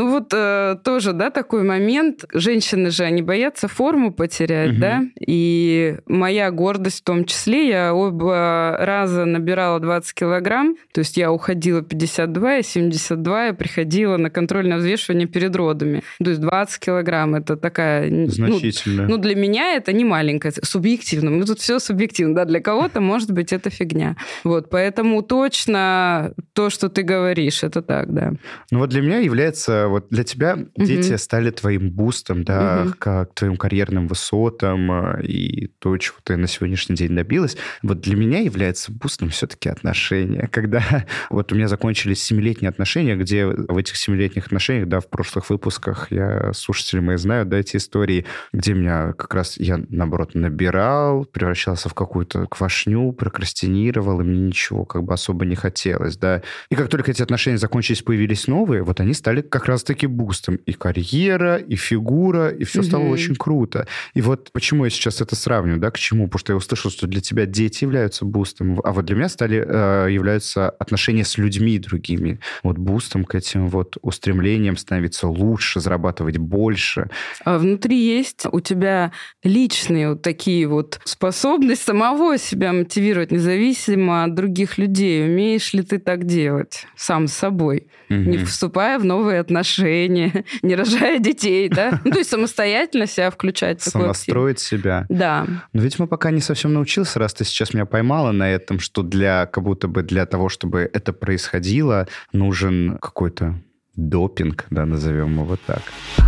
Ну вот тоже, да, такой момент. Женщины же, они боятся форму потерять, да? И моя гордость в том числе. Я оба раза набирала 20 килограмм. То есть я уходила 52, и 72, я приходила на контрольное взвешивание перед родами. То есть 20 килограмм это такая... Значительно. Ну, для меня это не маленькая, субъективно. Мы тут все субъективно, да, для кого-то, может быть, это фигня. Вот, поэтому точно то, что ты говоришь, это так, да. Ну вот для меня является, вот для тебя дети стали твоим бустом, да, к твоим карьерным высотам и то, чего ты на сегодняшний день добилась. Вот для меня является бустом все-таки отношения. Когда вот у меня закончились 7-летние отношения, где в этих 7-летних отношениях, да, в прошлых выпусках, слушатели мои знают, да, эти истории, где меня как раз, я, наоборот, набирал, превращался в какую-то квашню, прокрастинировал, и мне ничего как бы особо не хотелось, да. И как только эти отношения закончились, появились новые, вот они стали как раз-таки бустом. И карьера, и фигура, и все стало очень круто. И вот почему я сейчас это сравниваю, да, к чему? Потому что я услышал, что для тебя дети являются бустом, а вот для меня являются отношения с людьми другими. Вот бустом к этим вот устремлениям становиться лучше, зарабатывать больше. А внутри есть у тебя личные вот такие вот способности самого себя мотивировать, независимо от других людей. Умеешь ли ты так делать сам с собой? Не вступая в новые отношения, не рожая детей, да? Ну, то есть самостоятельно себя включать. Самостроить себя. Да. Но ведь мы пока не совсем научился, раз ты сейчас меня поймала на этом, что как будто бы для того, чтобы это происходило, нужен какой-то допинг, да, назовем его вот так.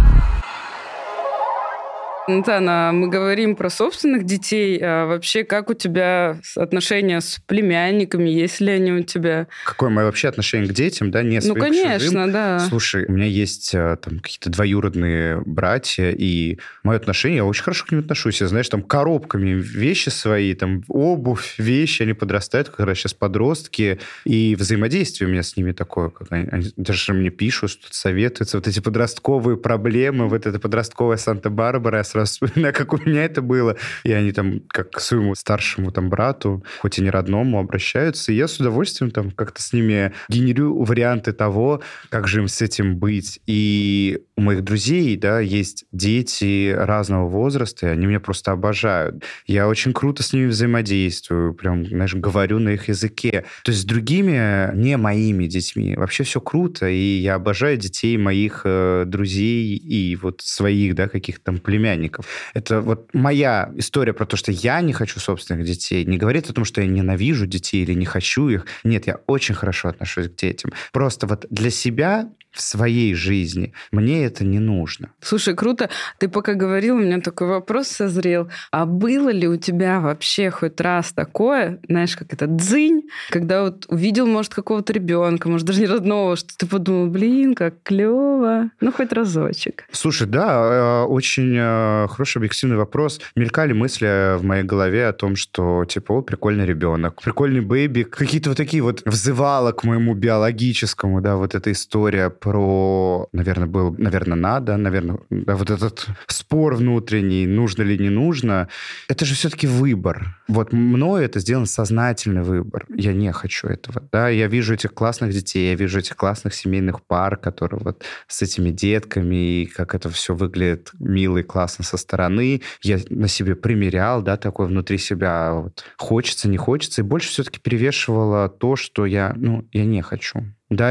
Натана, мы говорим про собственных детей. А вообще, как у тебя отношения с племянниками? Есть ли они у тебя? Какое мое вообще отношение к детям, да? Не своим, конечно, чужим. Да. Слушай, у меня есть там какие-то двоюродные братья, и мое отношение, я очень хорошо к ним отношусь. Я, знаешь, там коробками вещи свои, там обувь, вещи, они подрастают, как раз сейчас подростки, и взаимодействие у меня с ними такое, как они даже мне пишут, что советуются, вот эти подростковые проблемы, вот эта подростковая Санта-Барбара, я сразу вспоминаю, как у меня это было. И они там, как к своему старшему там брату, хоть и не родному, обращаются. И я с удовольствием там как-то с ними генерю варианты того, как же им с этим быть. И у моих друзей, да, есть дети разного возраста, и они меня просто обожают. Я очень круто с ними взаимодействую, прям, знаешь, говорю на их языке. То есть с другими, не моими детьми, вообще все круто, и я обожаю детей моих друзей и вот своих, да, каких-то там племянников. Это вот моя история про то, что я не хочу собственных детей, не говорит о том, что я ненавижу детей или не хочу их. Нет, я очень хорошо отношусь к детям. Просто вот для себя в своей жизни мне это не нужно. Слушай, круто. Ты пока говорил, у меня такой вопрос созрел. А было ли у тебя вообще хоть раз такое, знаешь, как это, дзынь, когда вот увидел, может, какого-то ребенка, может, даже не родного, что ты подумал, блин, как клево. Ну, хоть разочек. Слушай, да, очень хороший объективный вопрос. Мелькали мысли в моей голове о том, что, типа, о, прикольный ребенок, прикольный бэйби. Какие-то вот такие вот взывала к моему биологическому, да, вот эта история про, наверное, надо, наверное, да, вот этот спор внутренний, нужно ли не нужно. Это же все-таки выбор. Вот мною это сделан сознательный выбор. Я не хочу этого, да. Я вижу этих классных детей, я вижу этих классных семейных пар, которые вот с этими детками, и как это все выглядит мило и классно со стороны. Я на себе примерял, да, такое внутри себя. Вот. Хочется, не хочется. И больше все-таки перевешивало то, что я не хочу. Да,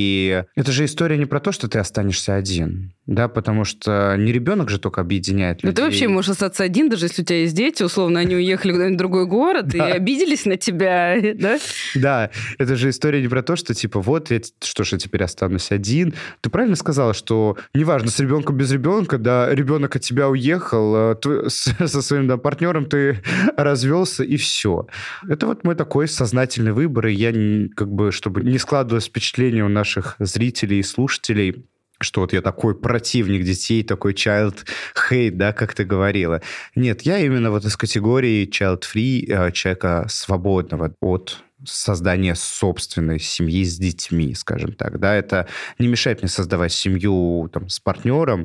и это же история не про то, что ты останешься один, да, потому что не ребенок же только объединяет людей. Ну, ты вообще можешь остаться один, даже если у тебя есть дети, условно, они уехали куда-нибудь в другой город и обиделись на тебя, да? Да, это же история не про то, что, типа, вот, я теперь останусь один. Ты правильно сказала, что неважно, с ребенком, без ребенка, да, ребенок от тебя уехал, со своим, да, партнером ты развелся, и все. Это вот мой такой сознательный выбор, и я, как бы, чтобы не складывалось впечатление у наших зрителей и слушателей, что вот я такой противник детей, такой child hate, да, как ты говорила. Нет, я именно вот из категории child free, человека свободного от создания собственной семьи с детьми, скажем так. Да, это не мешает мне создавать семью там, с партнером,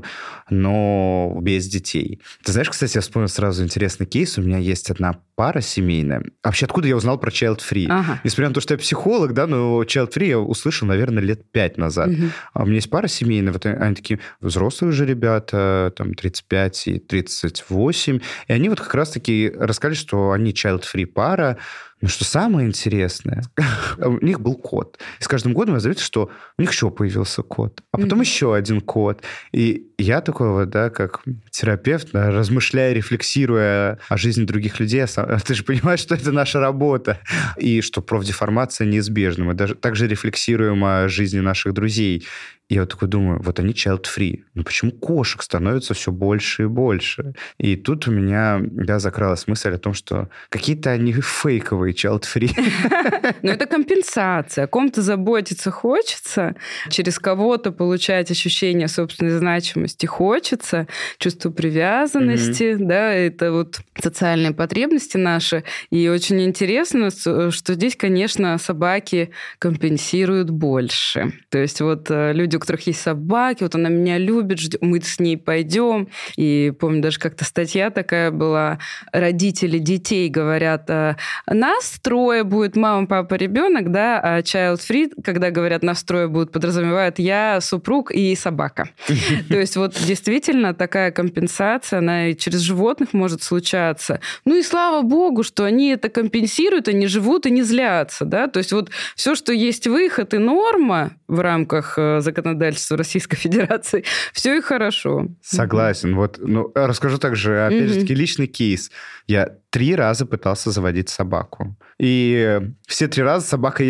но без детей. Ты знаешь, кстати, я вспомнил сразу интересный кейс. У меня есть одна пара семейная. Вообще, откуда я узнал про child-free? Ага. Несмотря на то, что я психолог, да, но child-free я услышал, наверное, лет 5 назад. А у меня есть пара семейная, вот они такие взрослые уже ребята, там 35 и 38, и они вот как раз-таки рассказали, что они child-free пара. Но что самое интересное, у них был кот. И с каждым годом я заметил, что у них еще появился кот, а потом еще один кот. И я такой вот, да, как терапевт, да, размышляя, рефлексируя о жизни других людей, ты же понимаешь, что это наша работа, и что профдеформация неизбежна. Мы даже также рефлексируем о жизни наших друзей. И я вот такой думаю, вот они child-free. Но почему кошек становится все больше и больше? И тут у меня, да, закралась мысль о том, что какие-то они фейковые child-free. Но это компенсация. О ком-то заботиться хочется, через кого-то получать ощущение собственной значимости хочется, чувство привязанности, да, это вот социальные потребности наши. И очень интересно, что здесь, конечно, собаки компенсируют больше. То есть вот люди, у которых есть собаки, вот она меня любит, мы с ней пойдем. И помню, даже как-то статья такая была, родители детей говорят, нас трое будет, мама, папа, ребенок, да, а child-free, когда говорят нас трое будут, подразумевают я, супруг и собака. То есть вот действительно такая компенсация, она и через животных может случаться. Ну и слава богу, что они это компенсируют, они живут и не злятся, да, то есть вот все, что есть выход и норма в рамках законодательства Российской Федерации, все и хорошо. Согласен. Вот, ну, расскажу также, опять же таки, личный кейс. Я 3 раза пытался заводить собаку. И все 3 раза собака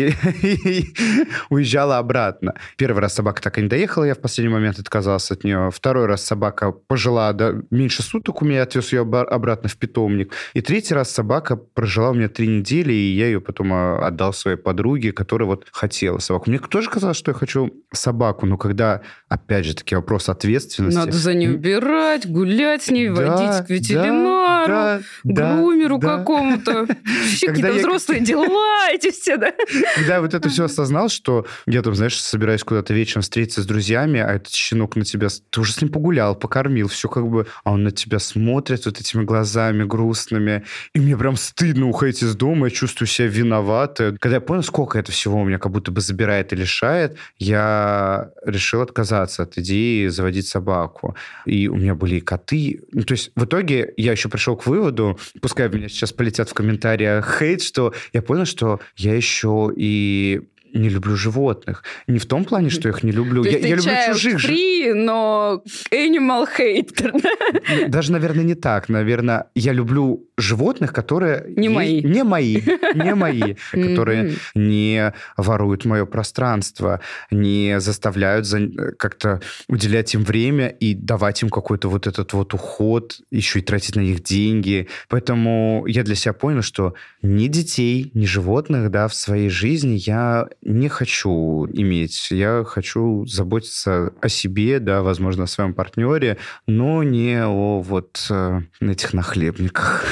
уезжала обратно. Первый раз собака так и не доехала, я в последний момент отказался от нее. Второй раз собака пожила меньше суток у меня, отвез ее обратно в питомник. И 3-й раз собака прожила у меня 3 недели, и я ее потом отдал своей подруге, которая вот хотела собаку. Мне тоже казалось, что я хочу собаку, но когда, опять же таки, вопрос ответственности... Надо за ней убирать, гулять с ней, водить к ветеринару, грумеру какому-то. Вообще какие-то взрослые дела эти все, да? Когда я вот это все осознал, что я там, знаешь, собираюсь куда-то вечером встретиться с друзьями, а этот щенок на тебя... Ты уже с ним погулял, покормил, все как бы... А он на тебя смотрит вот этими глазами грустными. И мне прям стыдно уходить из дома, я чувствую себя виноватой. Когда я понял, сколько это всего у меня как будто бы забирает и лишает, я решил отказаться от идеи заводить собаку. И у меня были и коты. Ну, то есть в итоге я еще пришел к выводу, пускай меня сейчас полетят в комментариях хейт, что я понял, что я еще и не люблю животных. Не в том плане, что я их не люблю. Я люблю чужих. Free, но animal hater. Даже, наверное, не так. Наверное, я люблю животных, которые... Не мои. Не мои. Которые не воруют мое пространство, не заставляют как-то уделять им время и давать им какой-то вот этот вот уход, еще и тратить на них деньги. Поэтому я для себя понял, что ни детей, ни животных, да, в своей жизни я не хочу иметь. Я хочу заботиться о себе, да, возможно, о своем партнере, но не о вот этих нахлебниках.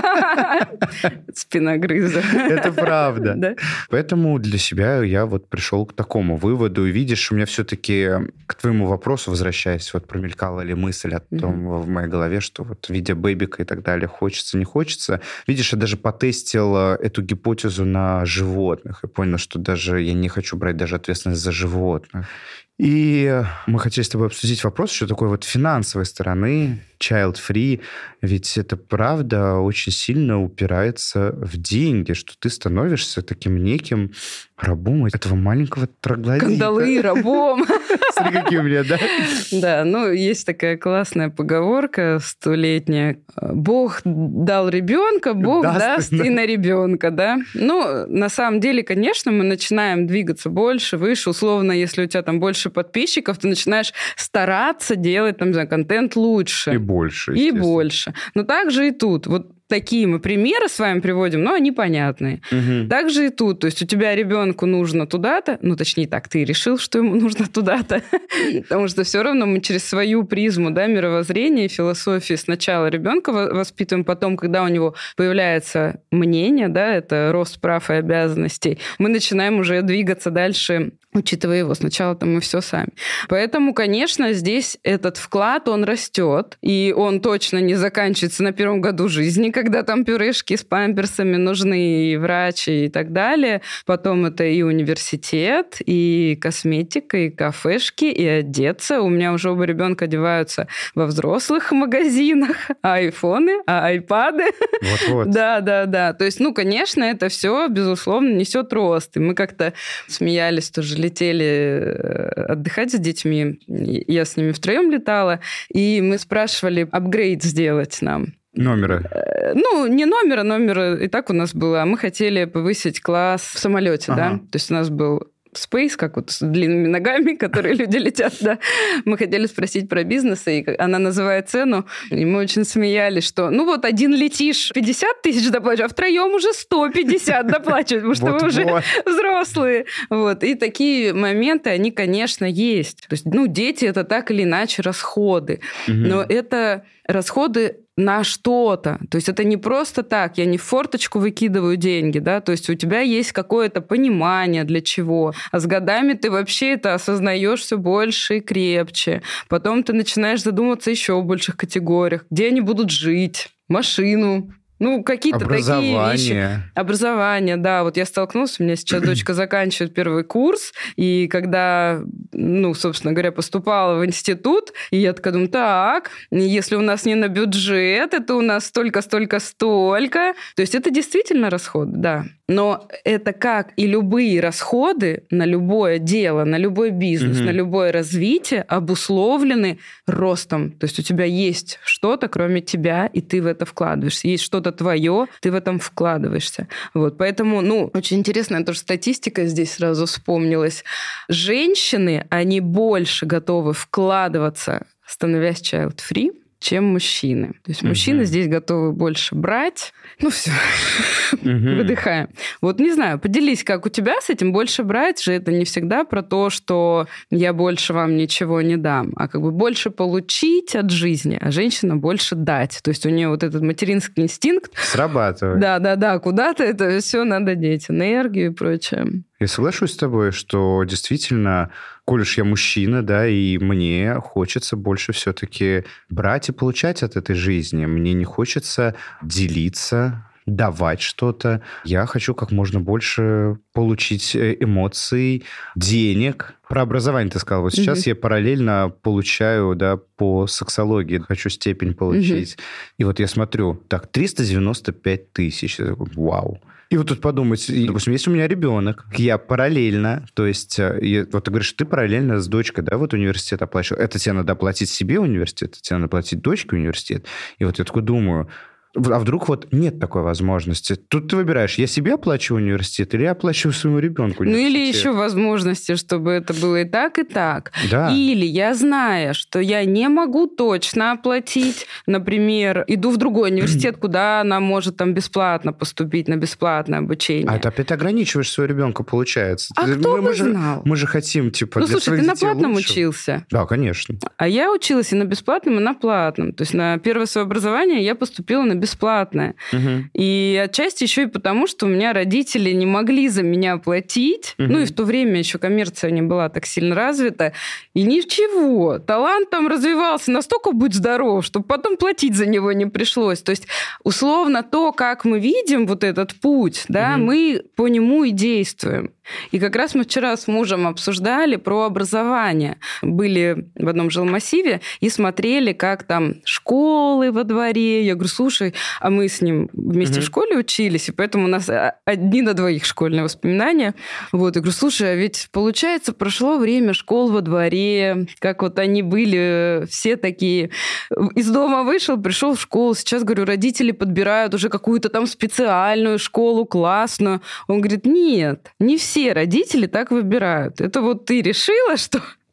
Спиногрыза. Это правда. Да? Поэтому для себя я вот пришел к такому выводу. И видишь, у меня все-таки к твоему вопросу, возвращаясь, вот промелькала ли мысль о том в моей голове, что вот видя бэбика и так далее, хочется, не хочется. Видишь, я даже потестил эту гипотезу на животных и понял, что даже я не хочу брать даже ответственность за животных. И мы хотели с тобой обсудить вопрос еще такой вот финансовой стороны, child-free, ведь это правда очень сильно упирается в деньги, что ты становишься таким неким рабом этого маленького троглодита. Кандалы рабом. Смотри, какие у меня, да? Да, ну, есть такая классная поговорка 100-летняя. Бог дал ребенка, Бог даст и на ребенка, да? Ну, на самом деле, конечно, мы начинаем двигаться больше, выше. Условно, если у тебя там больше подписчиков, ты начинаешь стараться делать там, контент лучше. И больше. И больше. Но также и тут. Вот такие мы примеры с вами приводим, но они понятные. Так же и тут. То есть у тебя ребенку нужно туда-то, ну, точнее так, ты решил, что ему нужно туда-то, потому что все равно мы через свою призму, да, мировоззрения и философии сначала ребенка воспитываем, потом, когда у него появляется мнение, да, это рост прав и обязанностей, мы начинаем уже двигаться дальше, учитывая его. Сначала-то мы все сами. Поэтому, конечно, здесь этот вклад, он растет, и он точно не заканчивается на первом году жизни, когда там пюрешки с памперсами нужны, и врачи, и так далее. Потом это и университет, и косметика, и кафешки, и одеться. У меня уже оба ребенка одеваются во взрослых магазинах, айфоны, айпады. Вот-вот. Да. То есть, конечно, это все, безусловно, несет рост. И мы как-то смеялись тоже, летели отдыхать с детьми, я с ними втроем летала, и мы спрашивали апгрейд сделать нам. Номера? Не номера и так у нас было, а мы хотели повысить класс в самолете, да, то есть у нас был Space, как вот с длинными ногами, которые люди летят, да. Мы хотели спросить про бизнес, и она называет цену, и мы очень смеялись, что, один летишь, 50 тысяч доплачиваешь, а втроем уже 150 доплачивают, потому что вы уже взрослые. И такие моменты, они, конечно, есть. То есть, дети — это так или иначе расходы, но это расходы на что-то. То есть это не просто так, я не в форточку выкидываю деньги, да, то есть у тебя есть какое-то понимание для чего, а с годами ты вообще это осознаешь все больше и крепче. Потом ты начинаешь задумываться еще в больших категориях, где они будут жить, машину, какие-то такие вещи. Образование, да. Вот я столкнулась, у меня сейчас дочка заканчивает первый курс, и когда, собственно говоря, поступала в институт, и я такая думаю, так, если у нас не на бюджет, это у нас столько. То есть это действительно расход, да. Но это как и любые расходы на любое дело, на любой бизнес, на любое развитие обусловлены ростом. То есть у тебя есть что-то, кроме тебя, и ты в это вкладываешься. Есть что-то твое, ты в этом вкладываешься. Поэтому, очень интересная тоже статистика здесь сразу вспомнилась. Женщины, они больше готовы вкладываться, становясь child-free, чем мужчины. То есть мужчины здесь готовы больше брать. Все, выдыхаем. Не знаю, поделись, как у тебя с этим. Больше брать же это не всегда про то, что я больше вам ничего не дам, а как бы больше получить от жизни, а женщина больше дать. То есть у нее этот материнский инстинкт срабатывает. Да, куда-то это все надо деть, энергию и прочее. Я соглашусь с тобой, что действительно, коль уж я мужчина, да, и мне хочется больше все-таки брать и получать от этой жизни. Мне не хочется делиться, давать что-то. Я хочу как можно больше получить эмоций, денег. Про образование ты сказал. Сейчас я параллельно получаю, да, по сексологии. Хочу степень получить. И я смотрю, 395 тысяч. Вау. И тут подумать, допустим, если у меня ребенок, я параллельно, то есть, ты говоришь, ты параллельно с дочкой, да, университет оплачивал. Это тебе надо оплатить себе университет, это тебе надо платить дочке университет. И я такой думаю, а вдруг нет такой возможности? Тут ты выбираешь, я себе оплачиваю университет или я оплачиваю своему ребенку университет? Или еще возможности, чтобы это было и так, и так. Да. Или я, зная, что я не могу точно оплатить, например, иду в другой университет, куда она может там бесплатно поступить на бесплатное обучение. А ты опять ограничиваешь своего ребенка, получается. Кто бы знал? Мы же хотим, для слушай, ты на платном лучше. Учился? Да, конечно. А я училась и на бесплатном, и на платном. То есть на первое свое образование я поступила на бесплатное. И отчасти еще и потому, что у меня родители не могли за меня платить. И в то время еще коммерция не была так сильно развита. И ничего. Талант там развивался настолько будь здоров, чтобы потом платить за него не пришлось. То есть, условно, то, как мы видим этот путь, да, мы по нему и действуем. И как раз мы вчера с мужем обсуждали про образование. Были в одном жилмассиве и смотрели, как там школы во дворе. Я говорю, слушай, а мы с ним вместе в школе учились, и поэтому у нас 1 на 2 школьные воспоминания. Я говорю, слушай, а ведь, получается, прошло время школ во дворе, как они были все такие. Из дома вышел, пришел в школу. Сейчас, говорю, родители подбирают уже какую-то там специальную школу, классную. Он говорит, нет, не все родители так выбирают. Это ты решила, что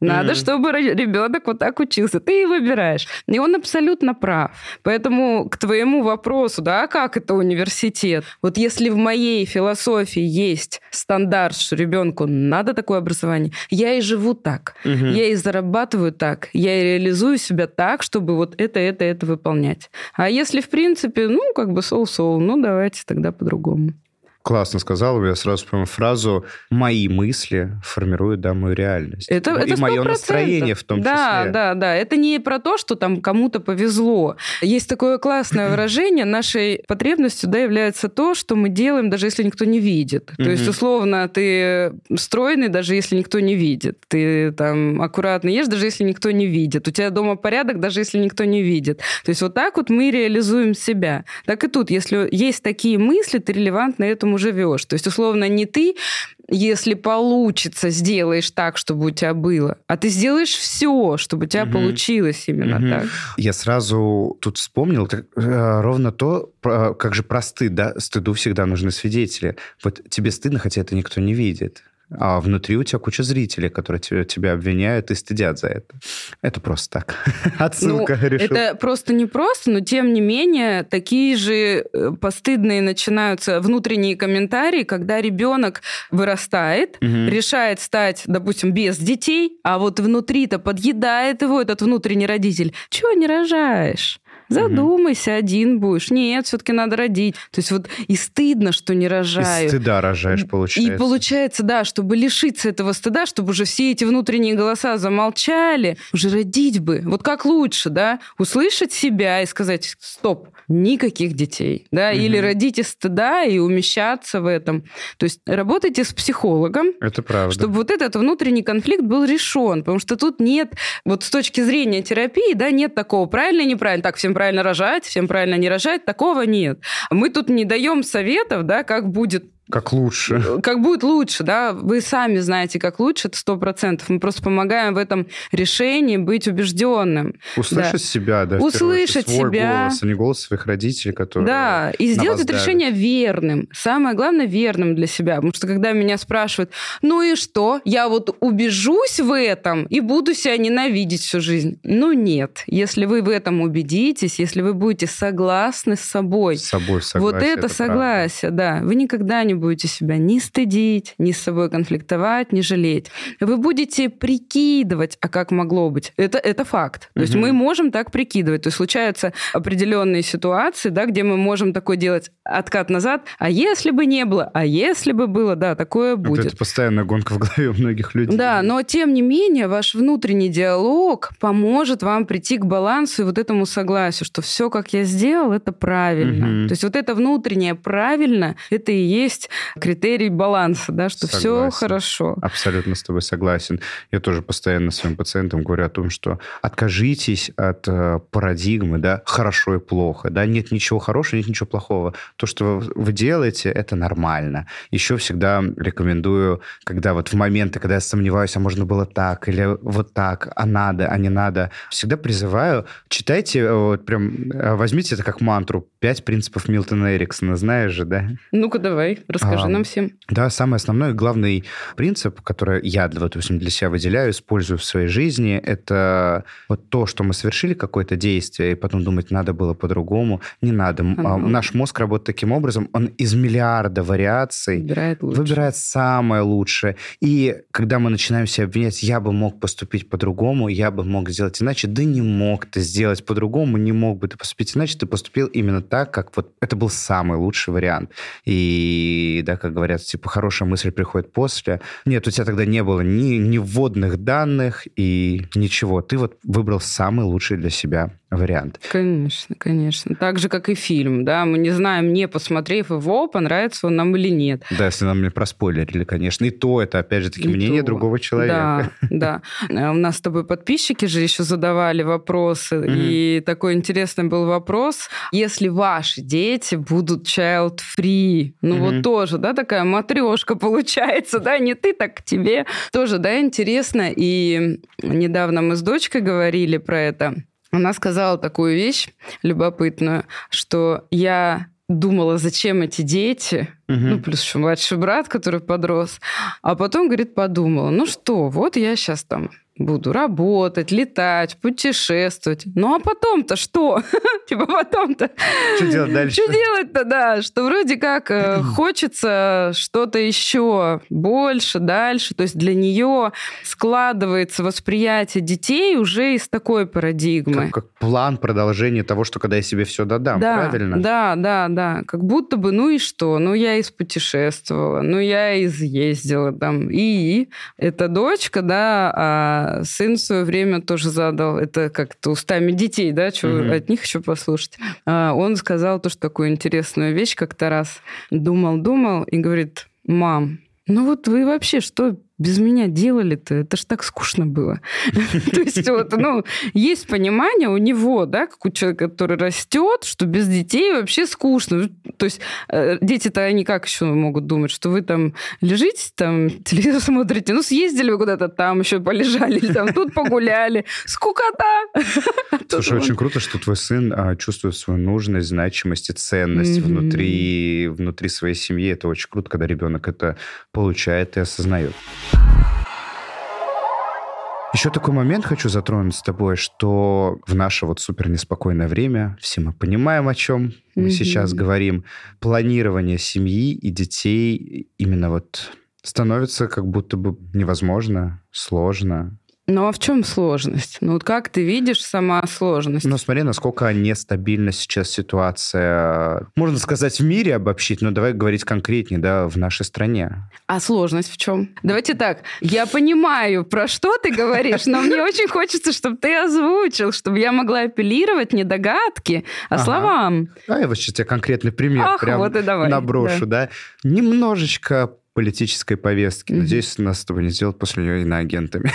Надо, чтобы ребенок вот так учился. Ты и выбираешь. И он абсолютно прав. Поэтому к твоему вопросу, да, как это университет? Вот если в моей философии есть стандарт, что ребенку надо такое образование, я и живу так. Я и зарабатываю так. Я и реализую себя так, чтобы вот это выполнять. А если, в принципе, соу-соу, давайте тогда по-другому. Классно сказал, я сразу вспомнил фразу «мои мысли формируют, мою реальность». Это и 100%. Мое настроение в том числе. Да. Это не про то, что там кому-то повезло. Есть такое классное выражение, нашей потребностью, является то, что мы делаем, даже если никто не видит. То есть, условно, ты стройный, даже если никто не видит. Ты там аккуратно ешь, даже если никто не видит. У тебя дома порядок, даже если никто не видит. То есть вот так вот мы реализуем себя. Так и тут, если есть такие мысли, ты релевантно этому живешь. То есть, условно, не ты, если получится, сделаешь так, чтобы у тебя было, а ты сделаешь все, чтобы у тебя получилось именно так. Я сразу тут вспомнил ровно то, как же про стыд, да? Стыду всегда нужны свидетели. Вот тебе стыдно, хотя это никто не видит. А внутри у тебя куча зрителей, которые тебя обвиняют и стыдят за это. Это просто так. Отсылка решил. Это просто не просто, но тем не менее такие же постыдные начинаются внутренние комментарии, когда ребенок вырастает, решает стать, допустим, без детей, а вот внутри-то подъедает его этот внутренний родитель. Чего не рожаешь? Задумайся, один будешь. Нет, все-таки надо родить. То есть вот и стыдно, что не рожаю. Из стыда рожаешь, получается. И получается, да, чтобы лишиться этого стыда, чтобы уже все эти внутренние голоса замолчали, уже родить бы. Вот как лучше, да? Услышать себя и сказать: стоп, никаких детей, да? Или родить из стыда и умещаться в этом. То есть работайте с психологом. Это правда. Чтобы вот этот внутренний конфликт был решен. Потому что тут нет, вот с точки зрения терапии, да, нет такого правильно и неправильно. Так, всем правильно рожать, всем правильно не рожать, такого нет. Мы тут не даем советов, да, как будет. Как лучше. Как будет лучше, да. Вы сами знаете, как лучше, это 100%. Мы просто помогаем в этом решении быть убежденным. Услышать себя, да. Услышать свой себя. Голос, а не голос своих родителей, которые да, и сделать это решение верным. Самое главное, верным для себя. Потому что когда меня спрашивают: ну и что? Я вот убежусь в этом и буду себя ненавидеть всю жизнь. Ну нет. Если вы в этом убедитесь, если вы будете согласны с собой. С собой согласие. Вот это согласие, да. Вы никогда не будете себя ни стыдить, ни с собой конфликтовать, ни жалеть. Вы будете прикидывать, а как могло быть. Это факт. То есть мы можем так прикидывать. То есть случаются определенные ситуации, да, где мы можем такой делать откат назад. А если бы не было? А если бы было? Да, такое будет. Это постоянная гонка в голове у многих людей. Да, но тем не менее ваш внутренний диалог поможет вам прийти к балансу и вот этому согласию, что все, как я сделал, это правильно. То есть вот это внутреннее правильно, это и есть критерий баланса, да, что все хорошо. Абсолютно с тобой согласен. Я тоже постоянно своим пациентам говорю о том, что откажитесь от парадигмы, да, хорошо и плохо, да, нет ничего хорошего, нет ничего плохого. То, что вы делаете, это нормально. Еще всегда рекомендую, когда вот в моменты, когда я сомневаюсь, а можно было так, или вот так, а надо, а не надо, всегда призываю, читайте, вот прям возьмите это как мантру, 5 принципов Милтона Эриксона, знаешь же, да? Ну-ка, давай, расскажи нам всем. Да, самый основной, главный принцип, который я, допустим, для себя выделяю, использую в своей жизни, это вот то, что мы совершили какое-то действие, и потом думать, надо было по-другому. Не надо. Наш мозг работает таким образом, он из миллиарда вариаций выбирает самое лучшее. И когда мы начинаем себя обвинять, я бы мог поступить по-другому, я бы мог сделать иначе, да не мог ты сделать по-другому, не мог бы ты поступить иначе, ты поступил именно так, как вот это был самый лучший вариант. И, да, как говорят, типа, хорошая мысль приходит после. Нет, у тебя тогда не было ни вводных данных и ничего. Ты вот выбрал самый лучший для себя вариант. Конечно, конечно. Так же, как и фильм, да. Мы не знаем, не посмотрев его, понравится он нам или нет. Да, если нам не проспойлерили, конечно. И то это, опять же таки, мнение другого человека. Да. У нас с тобой подписчики же еще задавали вопросы. И такой интересный был вопрос. Если ваши дети будут child-free, вот тоже, да, такая матрешка получается, да, не ты, так к тебе. Тоже, да, интересно. И недавно мы с дочкой говорили про это. Она сказала такую вещь любопытную, что я думала, зачем эти дети, плюс еще младший брат, который подрос, а потом, говорит, подумала, ну что, вот я сейчас там буду работать, летать, путешествовать. Ну, а потом-то что? Типа потом-то... Что делать дальше? Что делать-то, да? Что вроде как хочется что-то еще больше, дальше. То есть для нее складывается восприятие детей уже из такой парадигмы. Как план продолжения того, что когда я себе все додам, правильно? Да. Как будто бы, ну и что? Ну, я испутешествовала, ну, я изъездила там. И эта дочка, да, а сын в свое время тоже задал, это как-то устами детей, да, что от них еще послушать. Он сказал тоже такую интересную вещь, как-то раз думал и говорит: мам, ну вот вы вообще что без меня делали-то? Это ж так скучно было. То есть вот, ну, есть понимание у него, да, как у человека, который растет, что без детей вообще скучно. То есть дети-то они как еще могут думать, что вы там лежите, там телевизор смотрите, ну, съездили вы куда-то там еще полежали, или там тут погуляли. Скукота! Слушай, очень круто, что твой сын чувствует свою нужность, значимость и ценность внутри своей семьи. Это очень круто, когда ребенок это получает и осознает. Еще такой момент хочу затронуть с тобой, что в наше вот супер неспокойное время, все мы понимаем, о чем мы сейчас говорим, планирование семьи и детей именно вот становится как будто бы невозможно, сложно. Ну, а в чем сложность? Ну, вот как ты видишь сама сложность? Ну, смотри, насколько нестабильна сейчас ситуация, можно сказать, в мире обобщить, но давай говорить конкретнее, да, в нашей стране. А сложность в чем? Давайте так, я понимаю, про что ты говоришь, но мне очень хочется, чтобы ты озвучил, чтобы я могла апеллировать не догадки, а словам. А я вот сейчас тебе конкретный пример прям вот и давай, наброшу, да. Немножечко политической повестки. Надеюсь, нас с тобой не сделают после нее иноагентами.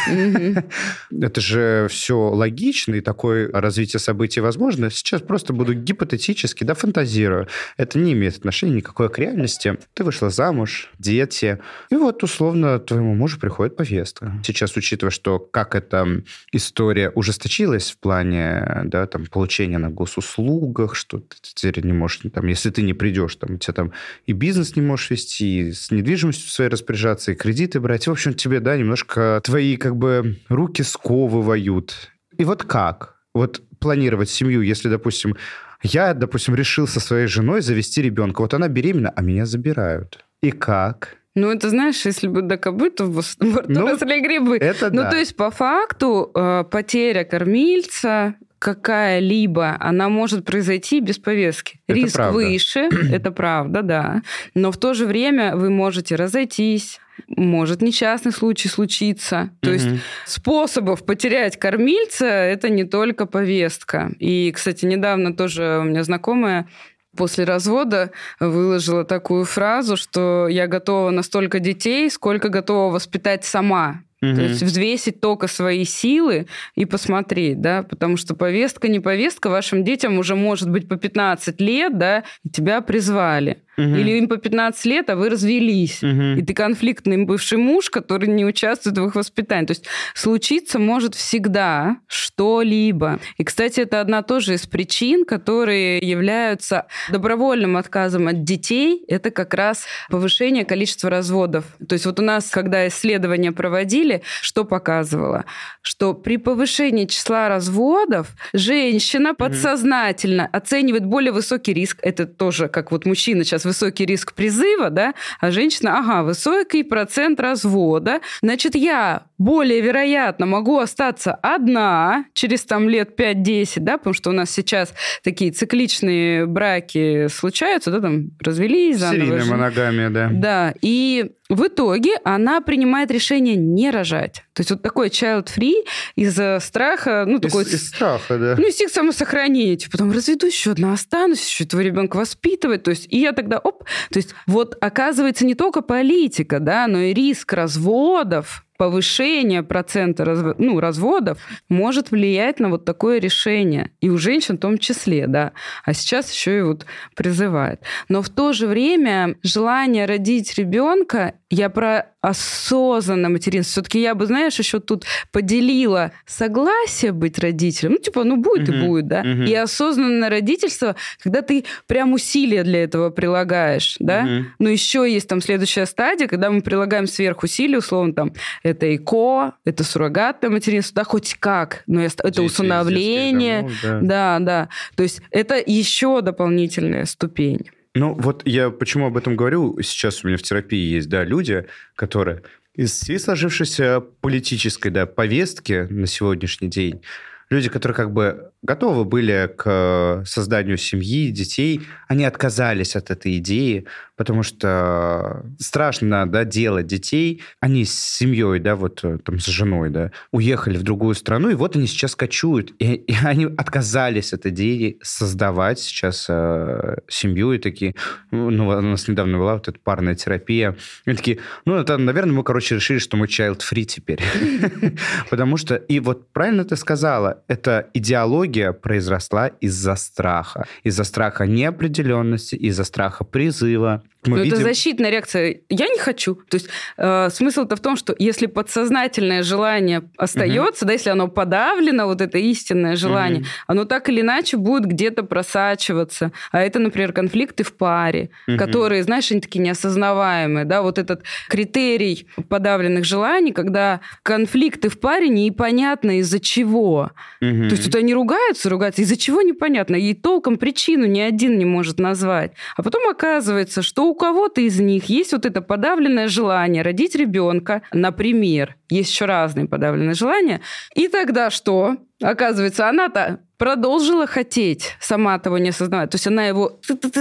Это же все логично, и такое развитие событий возможно. Сейчас просто буду гипотетически, да, фантазирую. Это не имеет отношения никакой к реальности. Ты вышла замуж, дети, и вот условно твоему мужу приходит повестка. Сейчас, учитывая, что как эта история ужесточилась в плане, да, там, получения на госуслугах, что ты теперь не можешь, там, если ты не придешь, там, у тебя там и бизнес не можешь вести, и с недвижимостью своей распоряжаться, и кредиты брать. В общем, тебе, да, немножко твои, как бы, руки сковывают. И вот как? Вот планировать семью, если, допустим, я, решил со своей женой завести ребенка. Вот она беременна, а меня забирают. И как? Ну, это, знаешь, если бы до кобыта в борту росли грибы. Это да. Ну, то есть, по факту, потеря кормильца какая-либо, она может произойти без повестки. Это Риск правда. выше, это правда, да. Но в то же время вы можете разойтись, может несчастный случай случиться. То есть способов потерять кормильца – это не только повестка. И, кстати, недавно тоже у меня знакомая после развода выложила такую фразу, что я готова на столько детей, сколько готова воспитать сама. То есть взвесить только свои силы и посмотреть, да, потому что повестка, не повестка, вашим детям уже может быть по 15 лет, да, и тебя призвали. Или им по 15 лет, а вы развелись. И ты конфликтный бывший муж, который не участвует в их воспитании. То есть случиться может всегда что-либо. И, кстати, это одна тоже из причин, которые являются добровольным отказом от детей. Это как раз повышение количества разводов. То есть вот у нас, когда исследования проводили, что показывало? Что при повышении числа разводов женщина подсознательно оценивает более высокий риск. Это тоже, как вот мужчина сейчас высокий риск призыва, да, а женщина, высокий процент развода, значит, я более вероятно могу остаться одна через там лет 5-10, да, потому что у нас сейчас такие цикличные браки случаются, да, там развелись заново. Серийная моногамия, да. Да, и в итоге она принимает решение не рожать. То есть вот такой child-free из-за страха, Из страха, да. Инстинкт самосохранения. Потом разведусь, еще одна останусь, еще этого ребенка воспитывать. То есть, и я тогда, то есть вот оказывается не только политика, да, но и риск разводов, повышение процента разводов может влиять на вот такое решение. И у женщин в том числе, да. А сейчас еще и вот призывает. Но в то же время желание родить ребенка, я про осознанное материнство. Все-таки я бы, знаешь, еще тут поделила согласие быть родителем. Будет и будет, да. И осознанное родительство, когда ты прям усилия для этого прилагаешь, да. Но еще есть там следующая стадия, когда мы прилагаем сверхусилия, условно, там, это ЭКО, это суррогатное материнство, да, хоть как, но это усыновление. Да. То есть это еще дополнительная ступень. Ну, вот я почему об этом говорю. Сейчас у меня в терапии есть, да, люди, которые из всей сложившейся политической, да, повестки на сегодняшний день, люди, которые как бы готовы были к созданию семьи, детей, они отказались от этой идеи, потому что страшно, да, делать детей. Они с семьей, да, вот там с женой, да, уехали в другую страну, и вот они сейчас кочуют. И они отказались от идеи создавать сейчас семью, и такие, ну, у нас недавно была вот эта парная терапия, и такие, ну, это, наверное, мы, решили, что мы child-free теперь. Потому что, и вот правильно ты сказала, эта идеология произросла из-за страха неопределенности, из-за страха призыва. Это защитная реакция. Я не хочу. То есть смысл-то в том, что если подсознательное желание остается, да, если оно подавлено, вот это истинное желание, оно так или иначе будет где-то просачиваться. А это, например, конфликты в паре, которые, знаешь, они такие неосознаваемые. Да? Вот этот критерий подавленных желаний, когда конфликты в паре непонятно из-за чего. То есть вот они ругаются, из-за чего непонятно. И толком причину ни один не может назвать. А потом оказывается, что у кого-то из них есть вот это подавленное желание родить ребенка, например. Есть еще разные подавленные желания. И тогда что? Оказывается, она-то продолжила хотеть, сама того не осознавая. То есть она его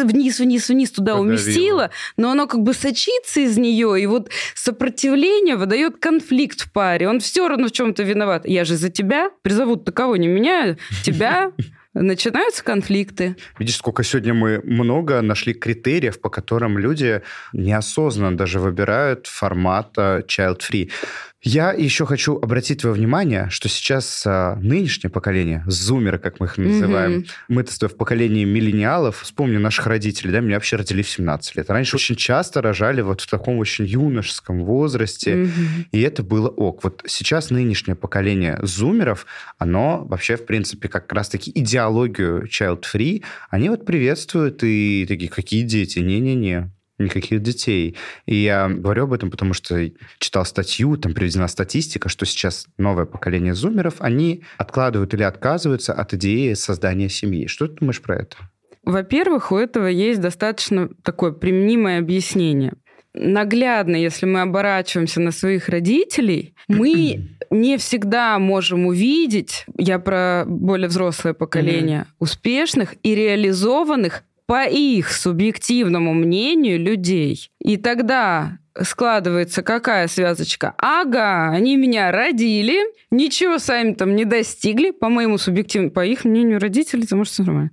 вниз туда уместила, но оно как бы сочится из нее, и вот сопротивление выдает конфликт в паре. Он все равно в чем-то виноват. Я же за тебя, призовут-то кого не меня, тебя... Начинаются конфликты. Видишь, сколько сегодня мы много нашли критериев, по которым люди неосознанно даже выбирают формат child-free. Я еще хочу обратить твое внимание, что сейчас нынешнее поколение, зумеры, как мы их называем, мы-то в поколении миллениалов, вспомню наших родителей, да, меня вообще родили в 17 лет. Раньше очень часто рожали вот в таком очень юношеском возрасте, и это было ок. Вот сейчас нынешнее поколение зумеров, оно вообще, в принципе, как раз-таки идеологию child-free, они вот приветствуют и такие, какие дети? Не-не-не. Никаких детей. И я говорю об этом, потому что читал статью, там приведена статистика, что сейчас новое поколение зумеров, они откладывают или отказываются от идеи создания семьи. Что ты думаешь про это? Во-первых, у этого есть достаточно такое применимое объяснение. Наглядно, если мы оборачиваемся на своих родителей, мы не всегда можем увидеть, я про более взрослое поколение, успешных и реализованных по их субъективному мнению людей. И тогда складывается какая связочка? Ага, они меня родили, ничего сами там не достигли, по моему субъективному, по их мнению родителей, это может все нормально.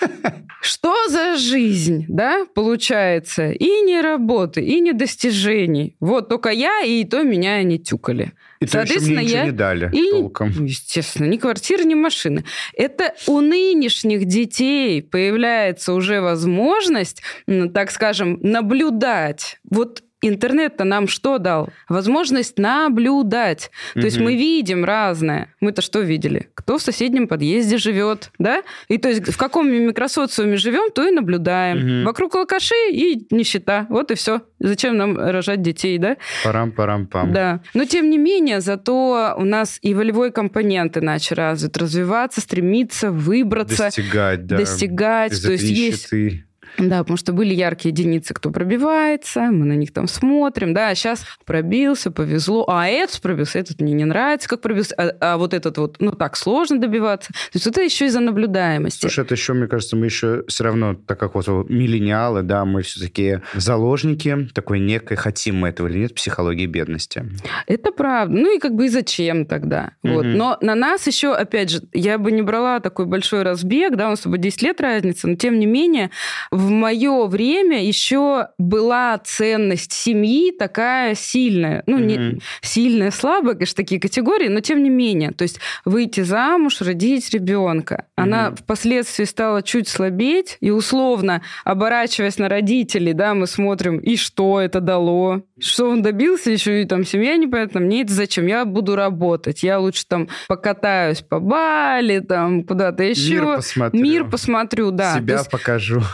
Что за жизнь, да, получается? И не работы, и не достижений. Вот только я, и то меня не тюкали. И то еще мне ничего не дали толком. Естественно, ни квартиры, ни машины. Это у нынешних детей появляется уже возможность, так скажем, наблюдать. Вот интернет-то нам что дал? Возможность наблюдать. То есть мы видим разное. Мы-то что видели? Кто в соседнем подъезде живет, да? И то есть в каком микросоциуме живем, то и наблюдаем. Вокруг алкаши и нищета. Вот и все. Зачем нам рожать детей, да? Парам-парам-пам. Да. Но тем не менее, зато у нас и волевой компонент иначе развит. Развиваться, стремиться, выбраться. Достигать, да. Достигать. То есть есть... Да, потому что были яркие единицы, кто пробивается, мы на них там смотрим, да, а сейчас пробился, повезло, а этот пробился, этот мне не нравится, как пробился, а вот этот вот, ну, так сложно добиваться. То есть это еще из-за наблюдаемости. Слушай, это еще, мне кажется, мы еще все равно, так как вот миллениалы, да, мы все-таки заложники такой некой, хотим мы этого или нет, психологии бедности. Это правда. Ну и как бы и зачем тогда? Вот. Но на нас еще, опять же, я бы не брала такой большой разбег, да, у нас с тобой 10 лет разница, но тем не менее в мое время еще была ценность семьи такая сильная. Ну, не сильная, слабая, конечно, такие категории, но тем не менее. То есть выйти замуж, родить ребенка. Она впоследствии стала чуть слабеть, и условно, оборачиваясь на родителей, да, мы смотрим, и что это дало? Что он добился? Еще и там семья непонятна. Мне это зачем? Я буду работать. Я лучше там покатаюсь по Бали, там куда-то еще. Мир посмотрю, да. Себя покажу. У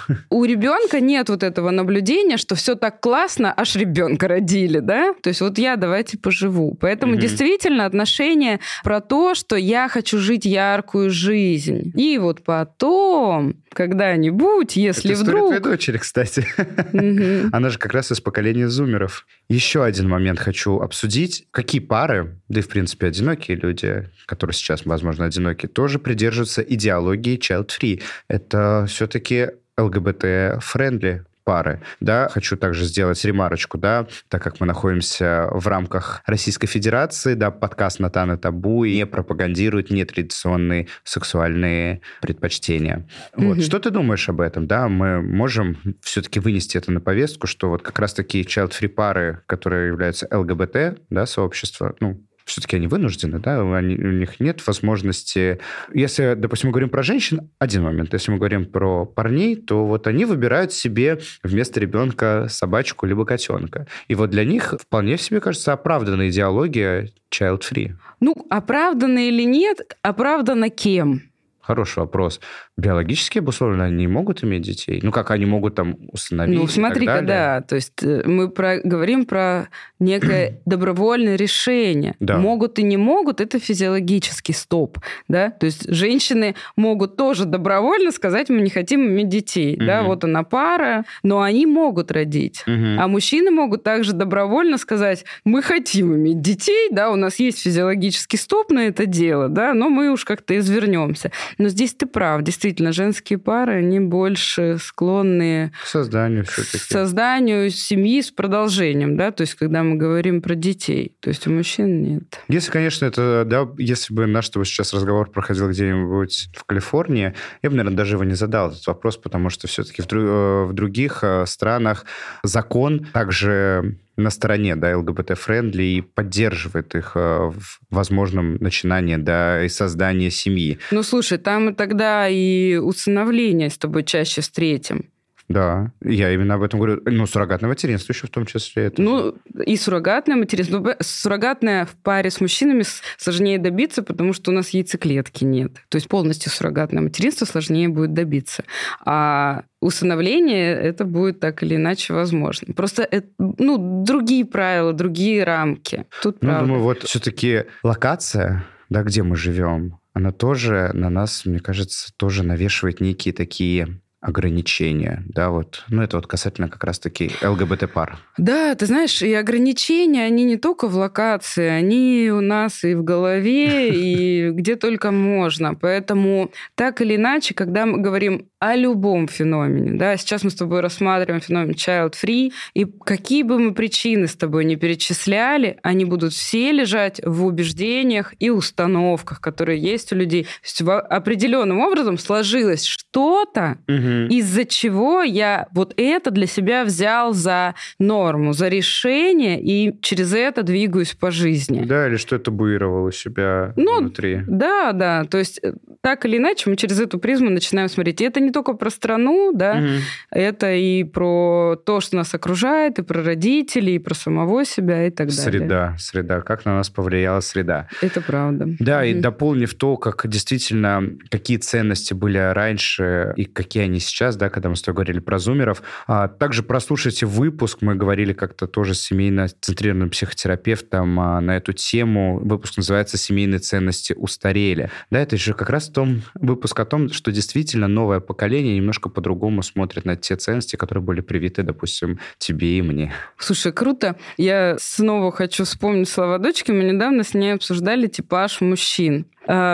у ребенка нет вот этого наблюдения, что все так классно, аж ребенка родили, да? То есть вот я давайте поживу. Поэтому действительно отношения про то, что я хочу жить яркую жизнь. И вот потом, когда-нибудь, если это вдруг... Это твоей дочери, кстати. Она же как раз из поколения зумеров. Еще один момент хочу обсудить. Какие пары, да и, в принципе, одинокие люди, которые сейчас, возможно, одиноки, тоже придерживаются идеологии child-free. Это все-таки ЛГБТ-френдли пары, да, хочу также сделать ремарочку, да, так как мы находимся в рамках Российской Федерации, да, подкаст «Натан и табу» не пропагандирует нетрадиционные сексуальные предпочтения. Вот. Что ты думаешь об этом, да, мы можем все-таки вынести это на повестку, что вот как раз такие child-free пары, которые являются ЛГБТ, да, сообщество, все-таки они вынуждены, да, у них нет возможности... Если, допустим, мы говорим про женщин, один момент. Если мы говорим про парней, то вот они выбирают себе вместо ребенка собачку либо котенка. И вот для них вполне себе, кажется, оправданная идеология child-free. Оправданно или нет, оправдано кем? Хороший вопрос. Биологически обусловленно они не могут иметь детей? Как они могут там установить? Смотри-ка, да. То есть мы говорим про некое добровольное решение. Да. Могут и не могут, это физиологический стоп. Да? То есть женщины могут тоже добровольно сказать, мы не хотим иметь детей. Да? Вот она пара, но они могут родить. А мужчины могут также добровольно сказать, мы хотим иметь детей, да, у нас есть физиологический стоп на это дело, да, но мы уж как-то извернемся. Но здесь ты прав. Действительно, женские пары, они больше склонны к созданию все-таки. К созданию семьи с продолжением, да, то есть когда мы говорим про детей. То есть у мужчин нет. Если, конечно, это, да, если бы наш сейчас разговор проходил где-нибудь в Калифорнии, я бы, наверное, даже его не задал, этот вопрос, потому что все-таки в других странах закон также на стороне, да, ЛГБТ-френдли и поддерживает их в возможном начинании, да, и создании семьи. Слушай, там и тогда и усыновление с тобой чаще встретим. Да, я именно об этом говорю. Суррогатное материнство еще в том числе. И суррогатное материнство. Суррогатное в паре с мужчинами сложнее добиться, потому что у нас яйцеклетки нет. То есть полностью суррогатное материнство сложнее будет добиться. А усыновление это будет так или иначе возможно. Просто другие правила, другие рамки. Тут правда. Думаю, вот все-таки локация, да, где мы живем, она тоже на нас, мне кажется, тоже навешивает некие такие ограничения, да, вот. Это вот касательно как раз-таки ЛГБТ-пар. Да, ты знаешь, и ограничения, они не только в локации, они у нас и в голове, и где только можно. Поэтому так или иначе, когда мы говорим о любом феномене, да, сейчас мы с тобой рассматриваем феномен child-free, и какие бы мы причины с тобой не перечисляли, они будут все лежать в убеждениях и установках, которые есть у людей. То есть определенным образом сложилось что-то, из-за чего я вот это для себя взял за норму, за решение, и через это двигаюсь по жизни. Да, или что это табуировало у себя внутри. Да. То есть так или иначе мы через эту призму начинаем смотреть. И это не только про страну, да, это и про то, что нас окружает, и про родителей, и про самого себя, и так далее. Среда. Как на нас повлияла среда. Это правда. Да, и дополнив то, как действительно, какие ценности были раньше и какие они сейчас, да, когда мы с тобой говорили про зумеров. Также прослушайте выпуск, мы говорили как-то тоже с семейно-центрированным психотерапевтом на эту тему. Выпуск называется «Семейные ценности устарели». Да, это же как раз выпуск о том, что действительно новое поколение немножко по-другому смотрит на те ценности, которые были привиты, допустим, тебе и мне. Слушай, круто. Я снова хочу вспомнить слова дочки. Мы недавно с ней обсуждали типаж мужчин.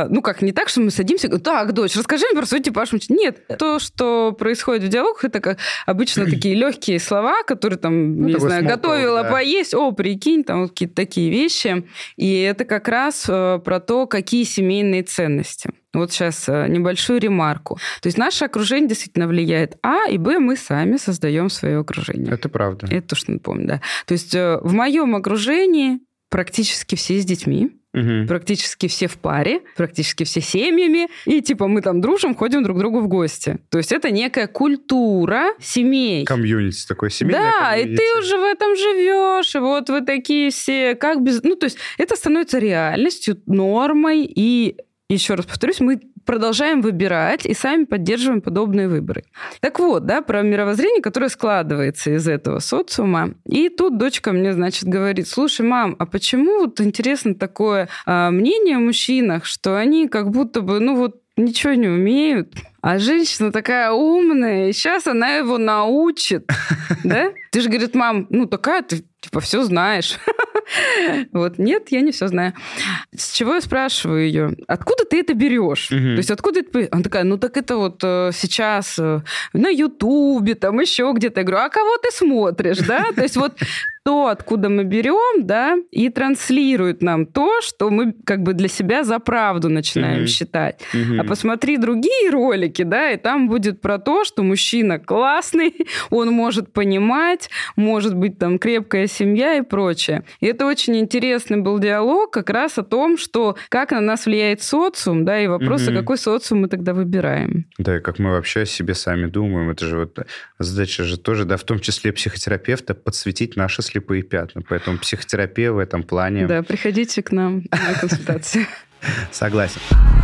Не так, что мы садимся и говорим, так, дочь, расскажи мне про свой типаж мужчин. Нет, то, что происходит в диалогах, это как обычно такие легкие слова, которые там, не знаю, готовила поесть, прикинь, там вот какие-то такие вещи. И это как раз про то, какие семейные ценности. Вот сейчас небольшую ремарку. То есть наше окружение действительно влияет. И Б, мы сами создаем свое окружение. Это правда. Это точно напомню, да. То есть в моем окружении практически все с детьми. Практически все в паре, практически все семьями. И мы там дружим, ходим друг к другу в гости. То есть это некая культура семей. Комьюнити такой, семейное комьюнити. И ты уже в этом живешь, и вот вы такие все, как без... то есть это становится реальностью, нормой, и еще раз повторюсь, мы продолжаем выбирать и сами поддерживаем подобные выборы. Так вот, да, про мировоззрение, которое складывается из этого социума. И тут дочка мне, значит, говорит: слушай, мам, а почему вот интересно такое мнение о мужчинах, что они как будто бы, ничего не умеют, а женщина такая умная, и сейчас она его научит, да? Ты же, говорит, мам, такая ты, типа, все знаешь. Вот, нет, я не все знаю. С чего я спрашиваю ее? Откуда ты это берешь? То есть откуда это... Она такая, так это вот сейчас на Ютубе, там еще где-то. Я говорю, а кого ты смотришь, да? То есть вот то, откуда мы берем, да, и транслирует нам то, что мы как бы для себя за правду начинаем считать. А посмотри другие ролики, да, и там будет про то, что мужчина классный, он может понимать, может быть там крепкая семья и прочее. И это очень интересный был диалог как раз о том, что как на нас влияет социум, да, и вопрос, какой социум мы тогда выбираем. Да, и как мы вообще о себе сами думаем. Это же вот задача же тоже, да, в том числе психотерапевта, подсветить наши слепые пятна. Поэтому психотерапия в этом плане... Да, приходите к нам на консультацию. Согласен.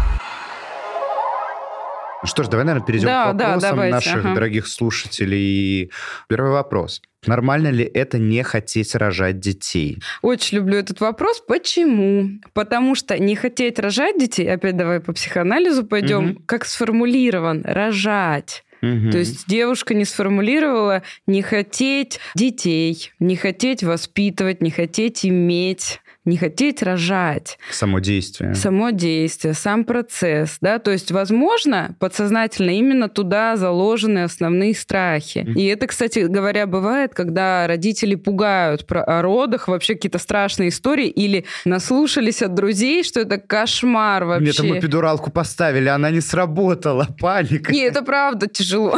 Что ж, давай, наверное, перейдем к вопросам наших дорогих слушателей. Первый вопрос. Нормально ли это не хотеть рожать детей? Очень люблю этот вопрос. Почему? Потому что не хотеть рожать детей, опять давай по психоанализу пойдем, как сформулирован рожать. То есть девушка не сформулировала не хотеть детей, не хотеть воспитывать, не хотеть иметь, не хотеть рожать. Само действие, сам процесс, да, то есть, возможно, подсознательно именно туда заложены основные страхи. И это, кстати говоря, бывает, когда родители пугают о родах, вообще какие-то страшные истории, или наслушались от друзей, что это кошмар вообще. Мне там эпидуралку поставили, она не сработала, паника. Не, это правда тяжело.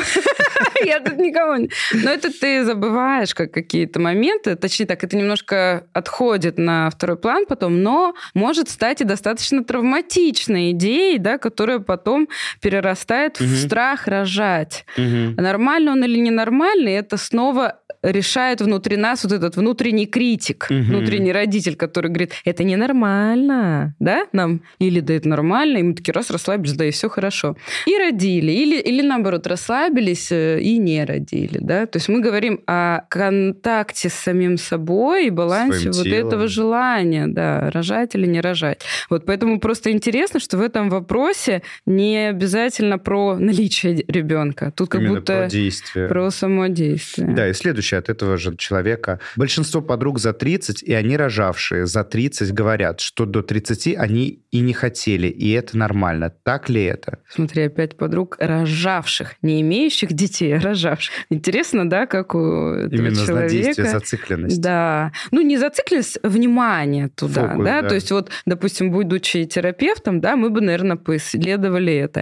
Я тут никого не... Но это ты забываешь как какие-то моменты, точнее так, это немножко отходит на второй план потом, но может стать и достаточно травматичной идеей, да, которая потом перерастает в страх рожать. Нормально он или ненормальный, это снова решает внутри нас вот этот внутренний критик, внутренний родитель, который говорит, это ненормально, да, нам? Или да, это нормально, и мы такие раз расслабились, да, и все хорошо. И родили, или наоборот, расслабились и не родили, да. То есть мы говорим о контакте с самим собой и балансе вот этого желания, да, рожать или не рожать. Вот поэтому просто интересно, что в этом вопросе не обязательно про наличие ребенка. Тут как именно будто про действие. Про само действие. Да, и следующее от этого же человека. Большинство подруг за 30, и они рожавшие за 30 говорят, что до 30 они и не хотели, и это нормально. Так ли это? Смотри, опять подруг рожавших, не имеющих детей, а рожавших. Интересно, да, как у этого именно человека... Именно действие, зацикленность. Да. Не зацикленность, внимание туда, фокус, да? То есть вот, допустим, будучи терапевтом, да, мы бы, наверное, поисследовали это.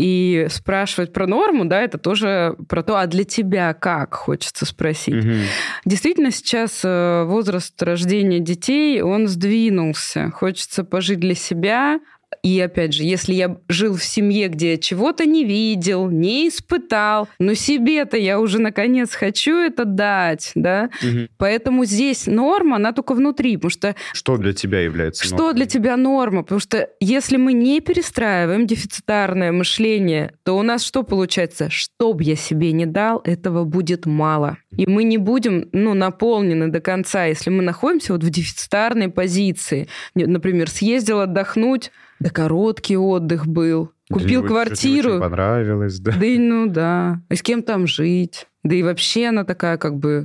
И спрашивать про норму, да, это тоже про то, а для тебя как, хочется спросить. Действительно, сейчас возраст рождения детей, он сдвинулся. Хочется пожить для себя. И опять же, если я жил в семье, где я чего-то не видел, не испытал, но себе-то я уже наконец хочу это дать, да? Поэтому здесь норма, она только внутри, потому что... Что для тебя является нормой? Что для тебя норма? Потому что если мы не перестраиваем дефицитарное мышление, то у нас что получается? Что бы я себе не дал, этого будет мало. И мы не будем, наполнены до конца, если мы находимся вот в дефицитарной позиции. Например, съездил отдохнуть, да короткий отдых был. Купил квартиру. Очень понравилось, да. Да. И с кем там жить? Да и вообще она такая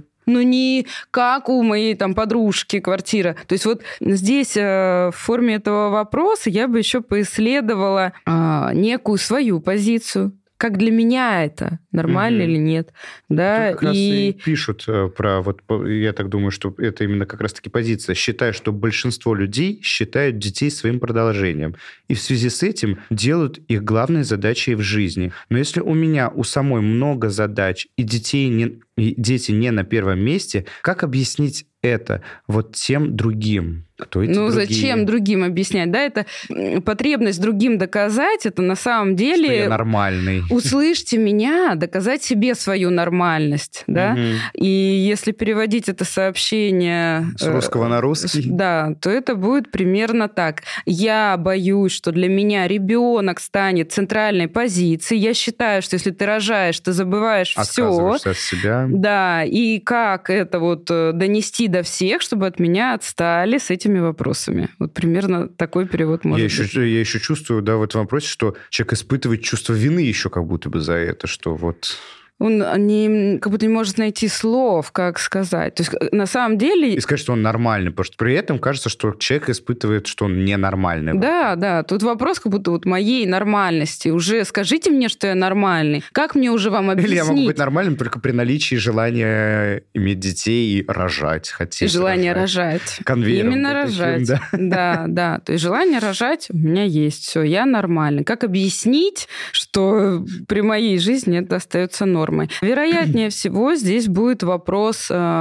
не как у моей там подружки квартира. То есть вот здесь в форме этого вопроса я бы еще поисследовала некую свою позицию. Как для меня это? Нормально или нет? Да, как раз и пишут про... Я так думаю, что это именно как раз-таки позиция. Считаю, что большинство людей считают детей своим продолжением. И в связи с этим делают их главной задачей в жизни. Но если у меня у самой много задач, и детей и дети не на первом месте, как объяснить это вот тем другим? Кто эти другие? Зачем другим объяснять? Да, это потребность другим доказать, это на самом деле... Что я нормальный. Услышьте меня, доказать себе свою нормальность, да? И если переводить это сообщение... С русского на русский? Да, то это будет примерно так. Я боюсь, что для меня ребенок станет центральной позицией. Я считаю, что если ты рожаешь, ты забываешь все. Отказываешься от себя. Да, и как это вот донести до всех, чтобы от меня отстали с этими вопросами. Вот примерно такой перевод может быть. Я еще чувствую, да, в этом вопросе, что человек испытывает чувство вины еще как будто бы за это, что вот... Он как будто не может найти слов, как сказать. То есть на самом деле... И сказать, что он нормальный, потому что при этом кажется, что человек испытывает, что он ненормальный. Да. Тут вопрос как будто вот моей нормальности. Уже скажите мне, что я нормальный. Как мне уже вам объяснить? Или я могу быть нормальным только при наличии желания иметь детей и рожать. Хотеть желание рожать. Конвейером. Именно рожать. Да. То есть желание рожать у меня есть. Все, я нормальный. Как объяснить, что при моей жизни это остается нормой? Вероятнее всего, здесь будет вопрос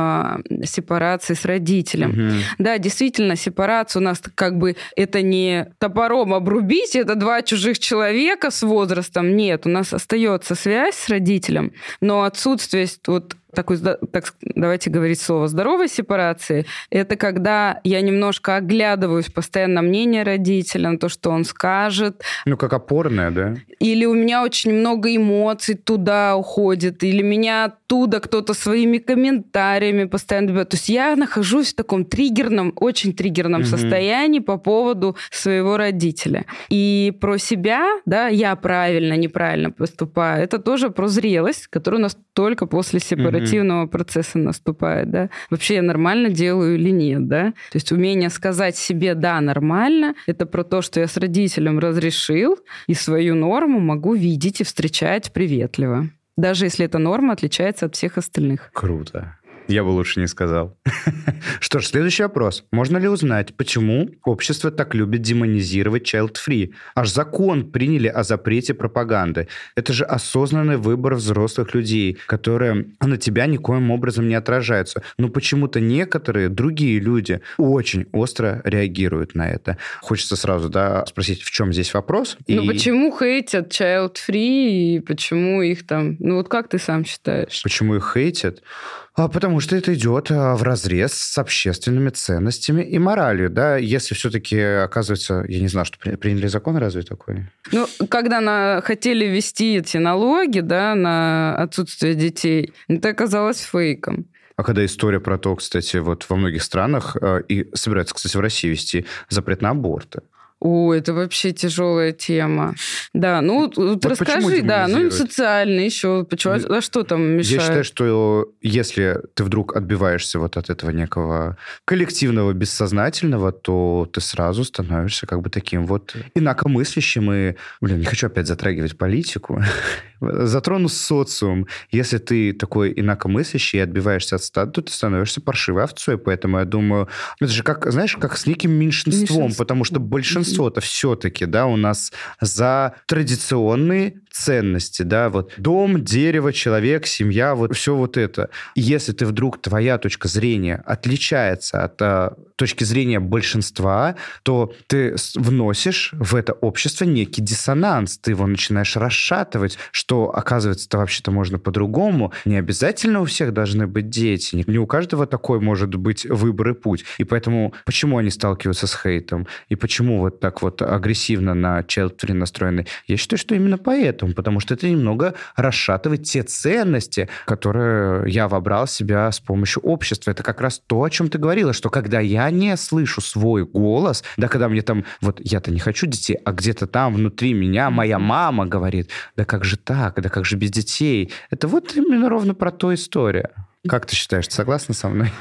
сепарации с родителем. Да, действительно, сепарация у нас как бы это не топором обрубить, это два чужих человека с возрастом. Нет, у нас остается связь с родителем, но отсутствие вот такой, так, давайте говорить слово здоровой сепарации, это когда я немножко оглядываюсь постоянно на мнение родителя, на то, что он скажет. Ну, как опорная, да? Или у меня очень много эмоций туда уходит, или меня оттуда кто-то своими комментариями постоянно добивает. То есть я нахожусь в таком триггерном, очень триггерном состоянии по поводу своего родителя. И про себя, да, я правильно, неправильно поступаю, это тоже про зрелость, которая у нас только после сепаративного процесса наступает, да. Вообще я нормально делаю или нет, да. То есть умение сказать себе «да, нормально» — это про то, что я с родителем разрешил, и свою норму могу видеть и встречать приветливо. Даже если эта норма отличается от всех остальных. Круто. Я бы лучше не сказал. Что ж, следующий вопрос. Можно ли узнать, почему общество так любит демонизировать child-free? Аж закон приняли о запрете пропаганды. Это же осознанный выбор взрослых людей, которые на тебя никоим образом не отражаются. Но почему-то некоторые другие люди очень остро реагируют на это. Хочется сразу, да, спросить, в чем здесь вопрос? Почему хейтят child-free и почему их там... вот как ты сам считаешь? Почему их хейтят? Потому что это идет вразрез с общественными ценностями и моралью, да, если все-таки оказывается, я не знаю, что приняли закон разве такой? Когда хотели ввести эти налоги, да, на отсутствие детей, это оказалось фейком. А когда история про то, кстати, вот во многих странах, и собираются, кстати, в России ввести запрет на аборты. Это вообще тяжелая тема. Да, расскажи, да, социально еще. Почему, а что там мешает? Я считаю, что если ты вдруг отбиваешься вот от этого некого коллективного бессознательного, то ты сразу становишься как бы таким вот инакомыслящим. И, не хочу опять затрагивать политику. Затрону социум. Если ты такой инакомыслящий и отбиваешься от стада, то ты становишься паршивой овцой. Поэтому я думаю, это же как, знаешь, как с неким меньшинством, потому что большинство-то все-таки, да, у нас за традиционные ценности, да, вот дом, дерево, человек, семья, вот все вот это. И если ты вдруг, твоя точка зрения отличается от точки зрения большинства, то ты вносишь в это общество некий диссонанс, ты его начинаешь расшатывать, что, оказывается-то вообще-то можно по-другому. Не обязательно у всех должны быть дети, не у каждого такой может быть выбор и путь. И поэтому почему они сталкиваются с хейтом? И почему вот так вот агрессивно на child-free настроены? Я считаю, что именно поэтому, потому что это немного расшатывает те ценности, которые я вобрал в себя с помощью общества. Это как раз то, о чем ты говорила, что когда я не слышу свой голос, да, когда мне там, вот я-то не хочу детей, а где-то там внутри меня моя мама говорит, да как же так, да как же без детей? Это вот именно ровно про ту историю. Как ты считаешь, ты согласна со мной?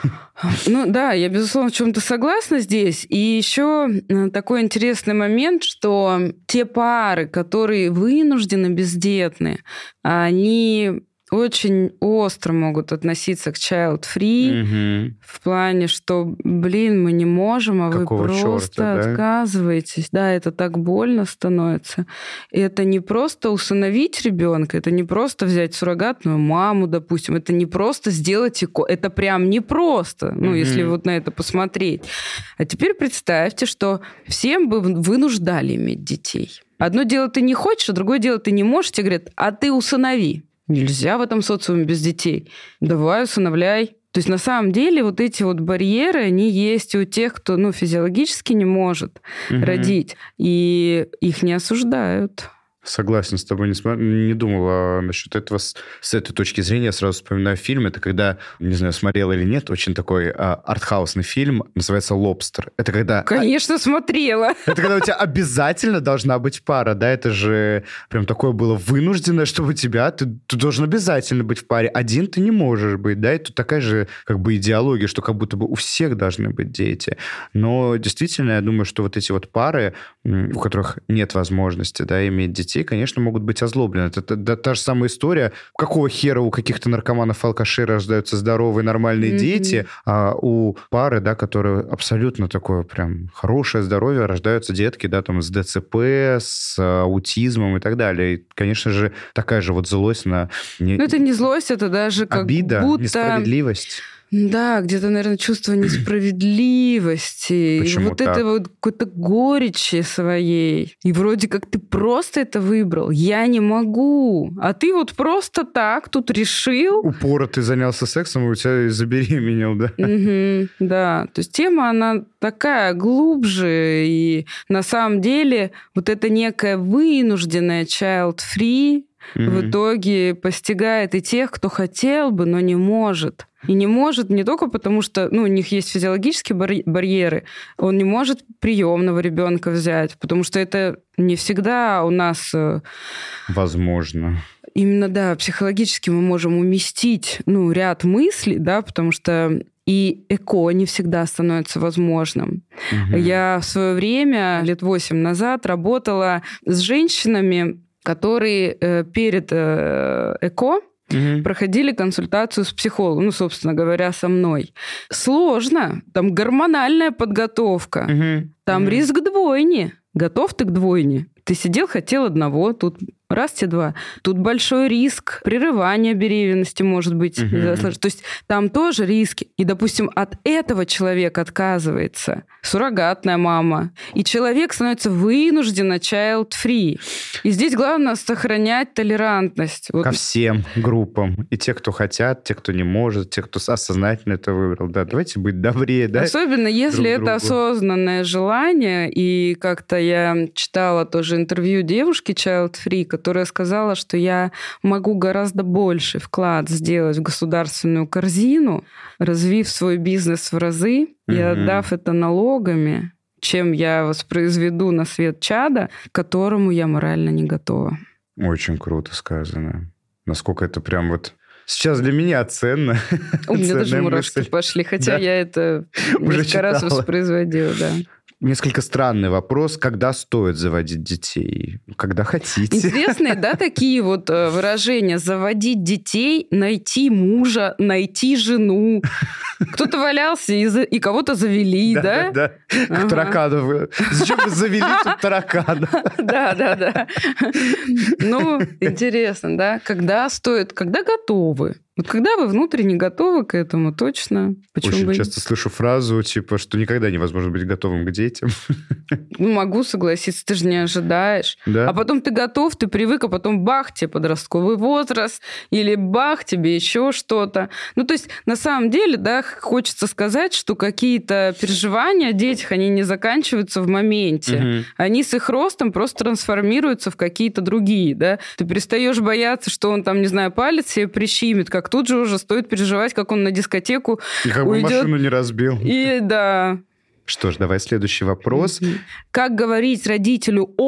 Да, я, безусловно, в чем-то согласна здесь. И еще такой интересный момент, что те пары, которые вынуждены бездетны, они очень остро могут относиться к child-free в плане, что, мы не можем, а какого вы просто чёрта, отказываетесь. Да, это так больно становится. И это не просто усыновить ребенка, это не просто взять суррогатную маму, допустим, это не просто сделать ЭКО, это прям непросто, если вот на это посмотреть. А теперь представьте, что всем бы вынуждали иметь детей. Одно дело ты не хочешь, а другое дело ты не можешь. Тебе говорят, а ты усынови. Нельзя в этом социуме без детей. Давай, усыновляй. То есть на самом деле вот эти вот барьеры, они есть и у тех, кто физиологически не может родить. И их не осуждают. Согласен с тобой, не думала насчет этого. С этой точки зрения сразу вспоминаю фильм. Это когда, не знаю, смотрела или нет, очень такой артхаусный фильм, называется «Лобстер». Это когда... Конечно, смотрела. Это когда у тебя обязательно должна быть пара, да? Это же прям такое было вынужденное, чтобы ты должен обязательно быть в паре. Один ты не можешь быть, да? И тут такая же как бы идеология, что как будто бы у всех должны быть дети. Но действительно, я думаю, что вот эти вот пары, у которых нет возможности, да, иметь детей, конечно, могут быть озлоблены. Это та же самая история. Какого хера у каких-то наркоманов-алкашей рождаются здоровые, нормальные дети, а у пары, да, которые абсолютно такое прям хорошее здоровье, рождаются детки, да, там с ДЦП, с аутизмом и так далее. И, конечно же, такая же вот злость на... это не злость, это даже как обида, будто... несправедливость. Да, где-то, наверное, чувство несправедливости. Почему и вот так? это вот какой-то горечи своей. И вроде как ты просто это выбрал. Я не могу. А ты вот просто так тут решил. Упоро ты занялся сексом, и у тебя забеременел, да? Да. То есть тема, она такая глубже. И на самом деле вот это некая вынужденная child-free в итоге постигает и тех, кто хотел бы, но не может. И не может не только потому, что у них есть физиологические барьеры, он не может приемного ребенка взять, потому что это не всегда у нас... Возможно. Именно, да, психологически мы можем уместить ряд мыслей, потому что и ЭКО не всегда становится возможным. Я в свое время, лет 8 назад, работала с женщинами, которые перед ЭКО проходили консультацию с психологом, собственно говоря, со мной. Сложно. Там гормональная подготовка. Там риск двойни. Готов ты к двойне? Ты сидел, хотел одного, тут раз тебе два. Тут большой риск прерывания беременности может быть. То есть там тоже риски. И, допустим, от этого человек отказывается. Суррогатная мама. И человек становится вынужденно child-free. И здесь главное сохранять толерантность. Ко всем группам. И те, кто хотят, те, кто не может, те, кто осознательно это выбрал. Да, давайте быть добрее, да? Особенно если это осознанное желание. И как-то я читала тоже интервью девушки child-free, которая сказала, что я могу гораздо больше вклад сделать в государственную корзину, развив свой бизнес в разы и отдав это налогами, чем я воспроизведу на свет чада, к которому я морально не готова. Очень круто сказано. Насколько это прям вот... Сейчас для меня ценно. У меня даже мурашки пошли, хотя я это несколько раз воспроизводила, да. Несколько странный вопрос. Когда стоит заводить детей? Когда хотите. Интересные, да, такие вот выражения. Заводить детей, найти мужа, найти жену. Кто-то валялся и кого-то завели, да? Да. Как тараканов. Зачем вы завели тут тараканов? Да. Интересно, да? Когда стоит, когда готовы? Вот когда вы внутренне готовы к этому, точно. Очень часто слышу фразу, типа, что никогда невозможно быть готовым к детям. Могу согласиться, ты же не ожидаешь. Да? А потом ты готов, ты привык, а потом бах, тебе подростковый возраст, или бах, тебе еще что-то. То есть, на самом деле, да, хочется сказать, что какие-то переживания о детях, они не заканчиваются в моменте. Они с их ростом просто трансформируются в какие-то другие, да. Ты перестаешь бояться, что он там, не знаю, палец себе прищемит, как тут же уже стоит переживать, как он на дискотеку и как уйдет. бы машину не разбил. И да. Что ж, давай следующий вопрос. Как говорить родителю «о»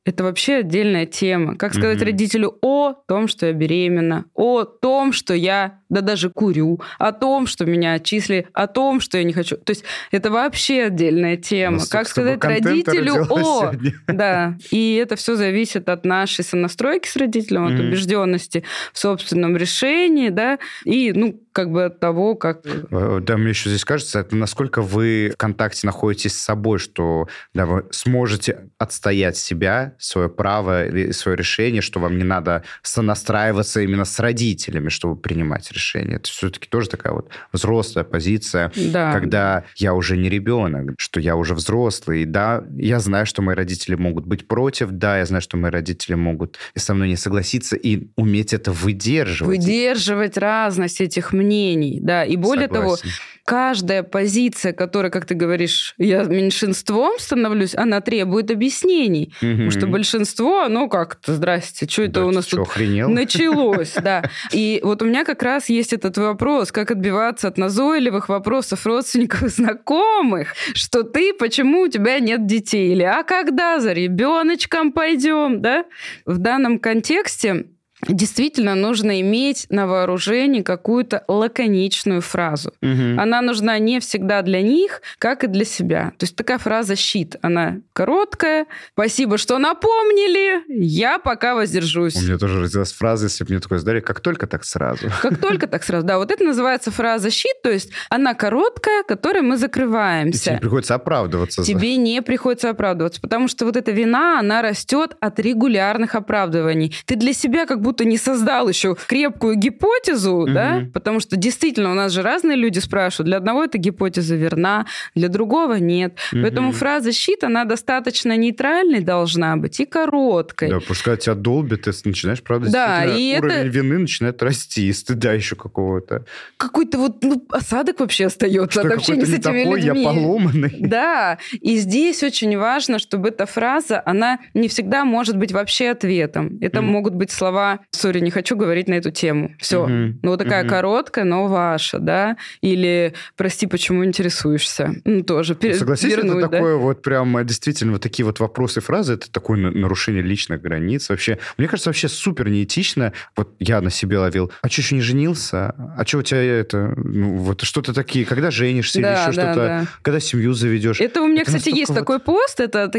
это вообще отдельная тема. Как сказать родителю о том, что я беременна, о том, что я, да даже курю, о том, что меня отчислили, о том, что я не хочу. То есть это вообще отдельная тема. Как сказать родителю о... Да, и это все зависит от нашей сонастройки с родителем, от убежденности в собственном решении, да, и, как бы от того, как... Да, мне еще здесь кажется, это насколько вы в контакте находитесь с собой, что да, вы сможете отстоять себя, свое право или свое решение, что вам не надо сонастраиваться именно с родителями, чтобы принимать решения. Это все-таки тоже такая вот взрослая позиция, когда я уже не ребенок, что я уже взрослый. И да, я знаю, что мои родители могут быть против, да, я знаю, что мои родители могут со мной не согласиться, и уметь это выдерживать. Выдерживать разность этих мнений, да. И более того, каждая позиция, которая, как ты говоришь, я меньшинством становлюсь, она требует объяснений. Потому что большинство, как-то, здрасте, что это у нас тут началось? Да. И вот у меня как раз есть этот вопрос, как отбиваться от назойливых вопросов родственников и знакомых, что почему у тебя нет детей? Или а когда за ребеночком пойдем? Да? В данном контексте действительно нужно иметь на вооружении какую-то лаконичную фразу. Она нужна не всегда для них, как и для себя. То есть такая фраза «щит». Она короткая. Спасибо, что напомнили. Я пока воздержусь. У меня тоже родилась фраза, если бы мне такое задали, как только, так сразу. Как только, так сразу. Да, вот это называется фраза «щит». То есть она короткая, которой мы закрываемся. Тебе не приходится оправдываться. Тебе не приходится оправдываться, потому что вот эта вина, она растет от регулярных оправдываний. Ты для себя как будто не создал еще крепкую гипотезу, да, потому что действительно у нас же разные люди спрашивают. Для одного эта гипотеза верна, для другого нет. Поэтому фраза «щит», она достаточно нейтральной должна быть и короткой. Да, пускай тебя долбит, ты начинаешь, правда, да, и уровень вины начинает расти, и стыда еще какого-то. Какой-то вот осадок вообще остается от общения с этими людьми. Я поломанный. Да, и здесь очень важно, чтобы эта фраза, она не всегда может быть вообще ответом. Это могут быть слова «сори, не хочу говорить на эту тему». Все. Ну, вот такая короткая, но ваша, да? Или «прости, почему интересуешься?» Тоже согласись, вернуть, это такое вот прям действительно вот такие вот вопросы, фразы, это такое нарушение личных границ. Вообще, мне кажется, вообще супер неэтично. Вот я на себе ловил. А что, еще не женился? А что у тебя это? Вот что-то такие, когда женишься или еще что-то? Когда семью заведешь? Это у меня, кстати, есть такой пост. Это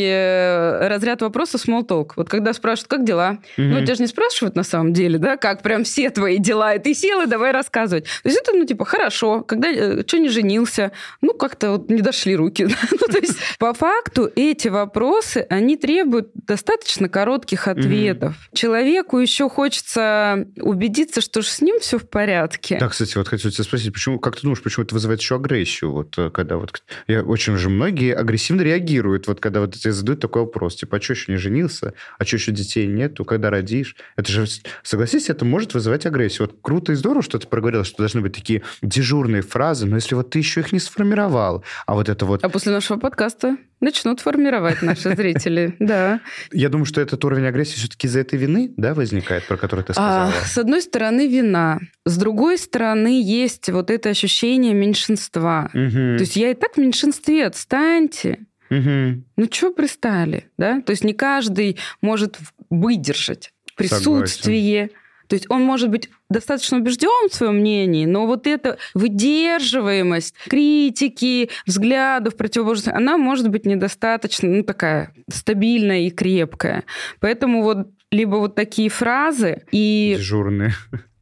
такие разряд вопросов small talk. Вот когда спрашивают, как дела? Ну, тебя же не спрашивают на самом деле, да, как прям все твои дела, и ты сел, и давай рассказывать. То есть это, хорошо. Когда, что не женился? Как-то вот не дошли руки. То есть по факту эти вопросы, они требуют достаточно коротких ответов. Человеку еще хочется убедиться, что с ним все в порядке. Да, кстати, вот хотел тебя спросить, как ты думаешь, почему это вызывает еще агрессию? Вот когда очень же многие агрессивно реагируют, вот когда вот тебе задают такой вопрос, типа, а что еще не женился? А что еще детей нету? Когда родишь? Это же, согласись, это может вызывать агрессию. Вот круто и здорово, что ты проговорила, что должны быть такие дежурные фразы, но если вот ты еще их не сформировал, а вот это вот... А после нашего подкаста начнут формировать наши зрители, да. Я думаю, что этот уровень агрессии все-таки из-за этой вины, да, возникает, про которую ты сказала? С одной стороны, вина. С другой стороны, есть вот это ощущение меньшинства. То есть я и так в меньшинстве, отстаньте. Чего пристали, да? То есть не каждый может выдержать присутствие. Согласен. То есть он может быть достаточно убежден в своем мнении, но вот эта выдерживаемость критики, взглядов, противоположностей, она может быть недостаточно, такая стабильная и крепкая. Поэтому вот либо вот такие фразы и... Дежурные.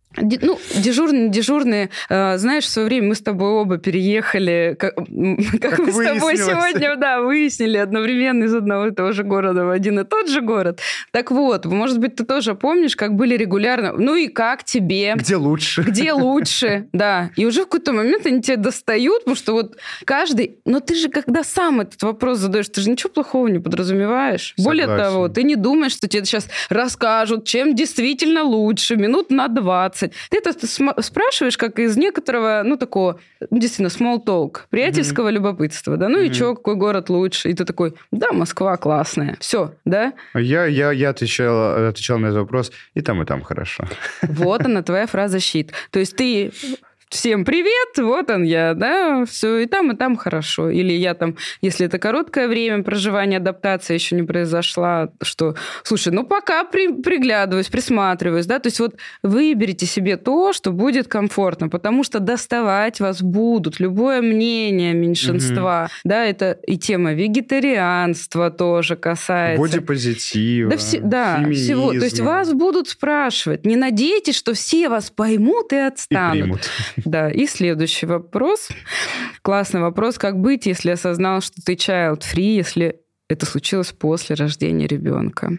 Дежурные. Знаешь, в свое время мы с тобой оба переехали, как мы с тобой сегодня, выяснили, одновременно из одного и того же города в один и тот же город. Так вот, может быть, ты тоже помнишь, как были регулярно, и как тебе? Где лучше? Где лучше, да. И уже в какой-то момент они тебя достают, потому что вот каждый... Но ты же, когда сам этот вопрос задаешь, ты же ничего плохого не подразумеваешь. Согласен. Более того, ты не думаешь, что тебе сейчас расскажут, чем действительно лучше, минут на 20. Ты это спрашиваешь, как из некоторого, такого, действительно, small talk, приятельского любопытства, да, и что, какой город лучше? И ты такой, да, Москва классная, все, да? Я отвечал на этот вопрос, и там хорошо. Вот она, твоя фраза «щит». То есть ты всем привет, вот он я, да, все и там хорошо. Или я там, если это короткое время проживания, адаптация еще не произошла, что, слушай, пока приглядываюсь, присматриваюсь, да, то есть вот выберите себе то, что будет комфортно, потому что доставать вас будут, любое мнение меньшинства, да, это и тема вегетарианства тоже касается. Бодипозитива, феминизма. Всего. То есть вас будут спрашивать, не надейтесь, что все вас поймут и отстанут. И примут. Да, и следующий вопрос. Классный вопрос. Как быть, если осознал, что ты child-free, если это случилось после рождения ребенка?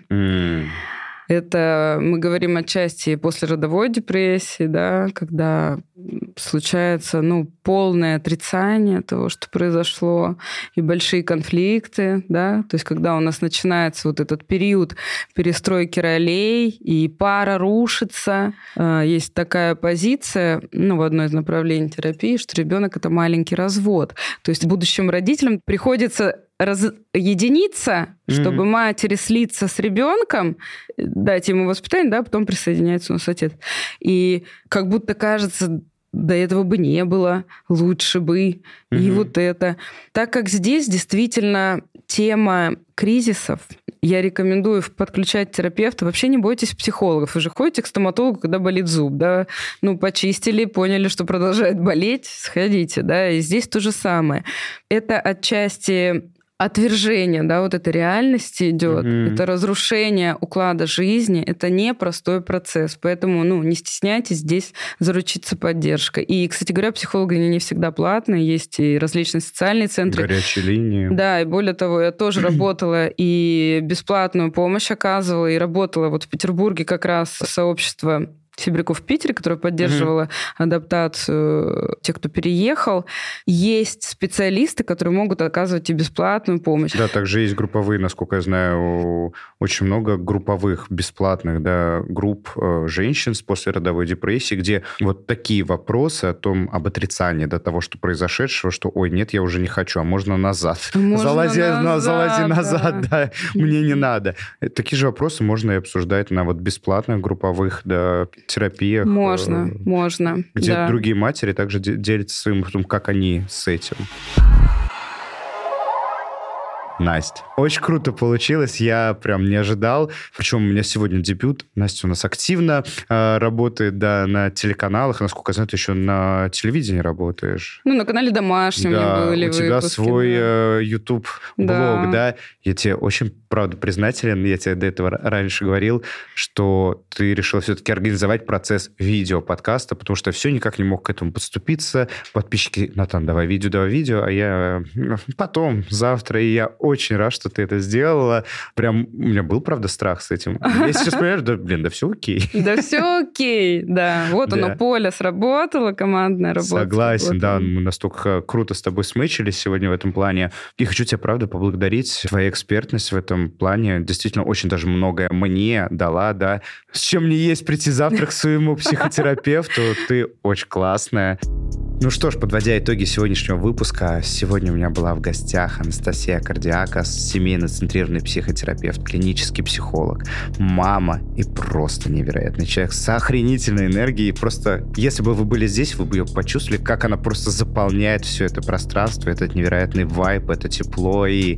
Это мы говорим отчасти послеродовой депрессии, да, когда случается полное отрицание того, что произошло, и большие конфликты, да, то есть когда у нас начинается вот этот период перестройки ролей, и пара рушится. Есть такая позиция, в одной из направлений терапии, что ребенок — это маленький развод. То есть будущим родителям приходится разъединиться, чтобы матери слиться с ребенком, дать ему воспитание, да, потом присоединяется у нас отец. И как будто кажется, до этого бы не было, лучше бы, и вот это. Так как здесь действительно тема кризисов, я рекомендую подключать терапевта. Вообще не бойтесь психологов. Вы же ходите к стоматологу, когда болит зуб, да? Почистили, поняли, что продолжает болеть, сходите, да? И здесь то же самое. Это отчасти отвержение, да, вот этой реальности идет, это разрушение уклада жизни, это непростой процесс, поэтому, не стесняйтесь здесь заручиться поддержкой. И, кстати говоря, психологи не всегда платные, есть и различные социальные центры. Горячие линии. Да, и более того, я тоже работала и бесплатную помощь оказывала, и работала вот в Петербурге как раз сообщество Сибиряков в Питере, которая поддерживала адаптацию тех, кто переехал. Есть специалисты, которые могут оказывать и бесплатную помощь. Да, также есть групповые, насколько я знаю, очень много групповых бесплатных, да, групп женщин с послеродовой депрессией, где вот такие вопросы об отрицании того, что произошедшего, что, ой, нет, я уже не хочу, а можно назад. Залази назад, да, мне не надо. Такие же вопросы можно и обсуждать на вот бесплатных групповых, да, терапиях. Можно. Где другие матери также делятся своим опытом, как они с этим. Настя, очень круто получилось, я прям не ожидал. Причем у меня сегодня дебют. Настя у нас активно работает, да, на телеканалах. Насколько я знаю, ты еще на телевидении работаешь. На канале «Домашнем» были выпуски. У тебя свой YouTube-блог, да. Я тебе очень, правда, признателен. Я тебе до этого раньше говорил, что ты решил все-таки организовать процесс видео-подкаста, потому что все никак не мог к этому подступиться. Подписчики: Натан, давай видео, а я потом, завтра, и я очень рад, что ты это сделала. Прям у меня был, правда, страх с этим. Я сейчас понимаю, да все окей. Да все окей, да. Вот оно, поле сработало, командная работа. Согласен, да. Мы настолько круто с тобой смычились сегодня в этом плане. И хочу тебя, правда, поблагодарить. Твоя экспертность в этом плане действительно очень даже многое мне дала, да. С чем мне есть прийти завтра к своему психотерапевту. Ты очень классная. Ну что ж, подводя итоги сегодняшнего выпуска, сегодня у меня была в гостях Анастасия Кардиакас, семейно-центрированный психотерапевт, клинический психолог, мама и просто невероятный человек с охренительной энергией. Просто, если бы вы были здесь, вы бы ее почувствовали, как она просто заполняет все это пространство, этот невероятный вайб, это тепло и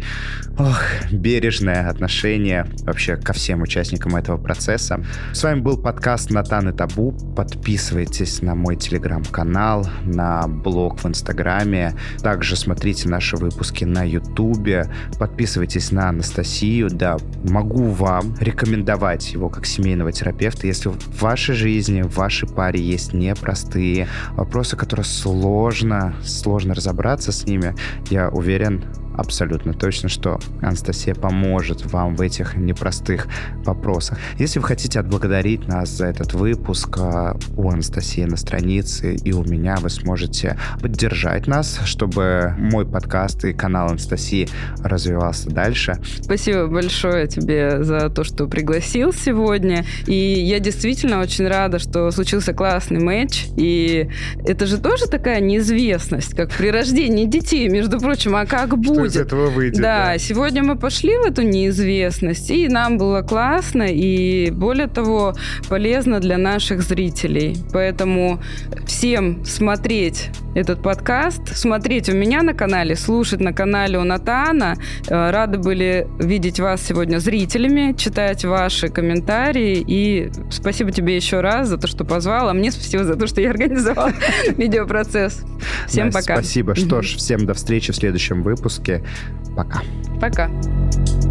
бережное отношение вообще ко всем участникам этого процесса. С вами был подкаст «Натан и Табу». Подписывайтесь на мой телеграм-канал, на блог в Инстаграме. Также смотрите наши выпуски на Ютубе. Подписывайтесь на Анастасию. Да, могу вам рекомендовать его как семейного терапевта, если в вашей жизни, в вашей паре есть непростые вопросы, которые сложно разобраться с ними. Я уверен, абсолютно точно, что Анастасия поможет вам в этих непростых вопросах. Если вы хотите отблагодарить нас за этот выпуск, у Анастасии на странице и у меня вы сможете поддержать нас, чтобы мой подкаст и канал Анастасии развивался дальше. Спасибо большое тебе за то, что пригласил сегодня. И я действительно очень рада, что случился классный матч. И это же тоже такая неизвестность, как при рождении детей, между прочим. А как будет? будет. Из этого выйдет. Да, сегодня мы пошли в эту неизвестность, и нам было классно, и более того, полезно для наших зрителей. Поэтому всем смотреть этот подкаст, смотреть у меня на канале, слушать на канале у Натана. Рады были видеть вас сегодня зрителями, читать ваши комментарии. И спасибо тебе еще раз за то, что позвал, а мне спасибо за то, что я организовала видеопроцесс. Всем пока. Спасибо. Что ж, всем до встречи в следующем выпуске. Пока. Пока.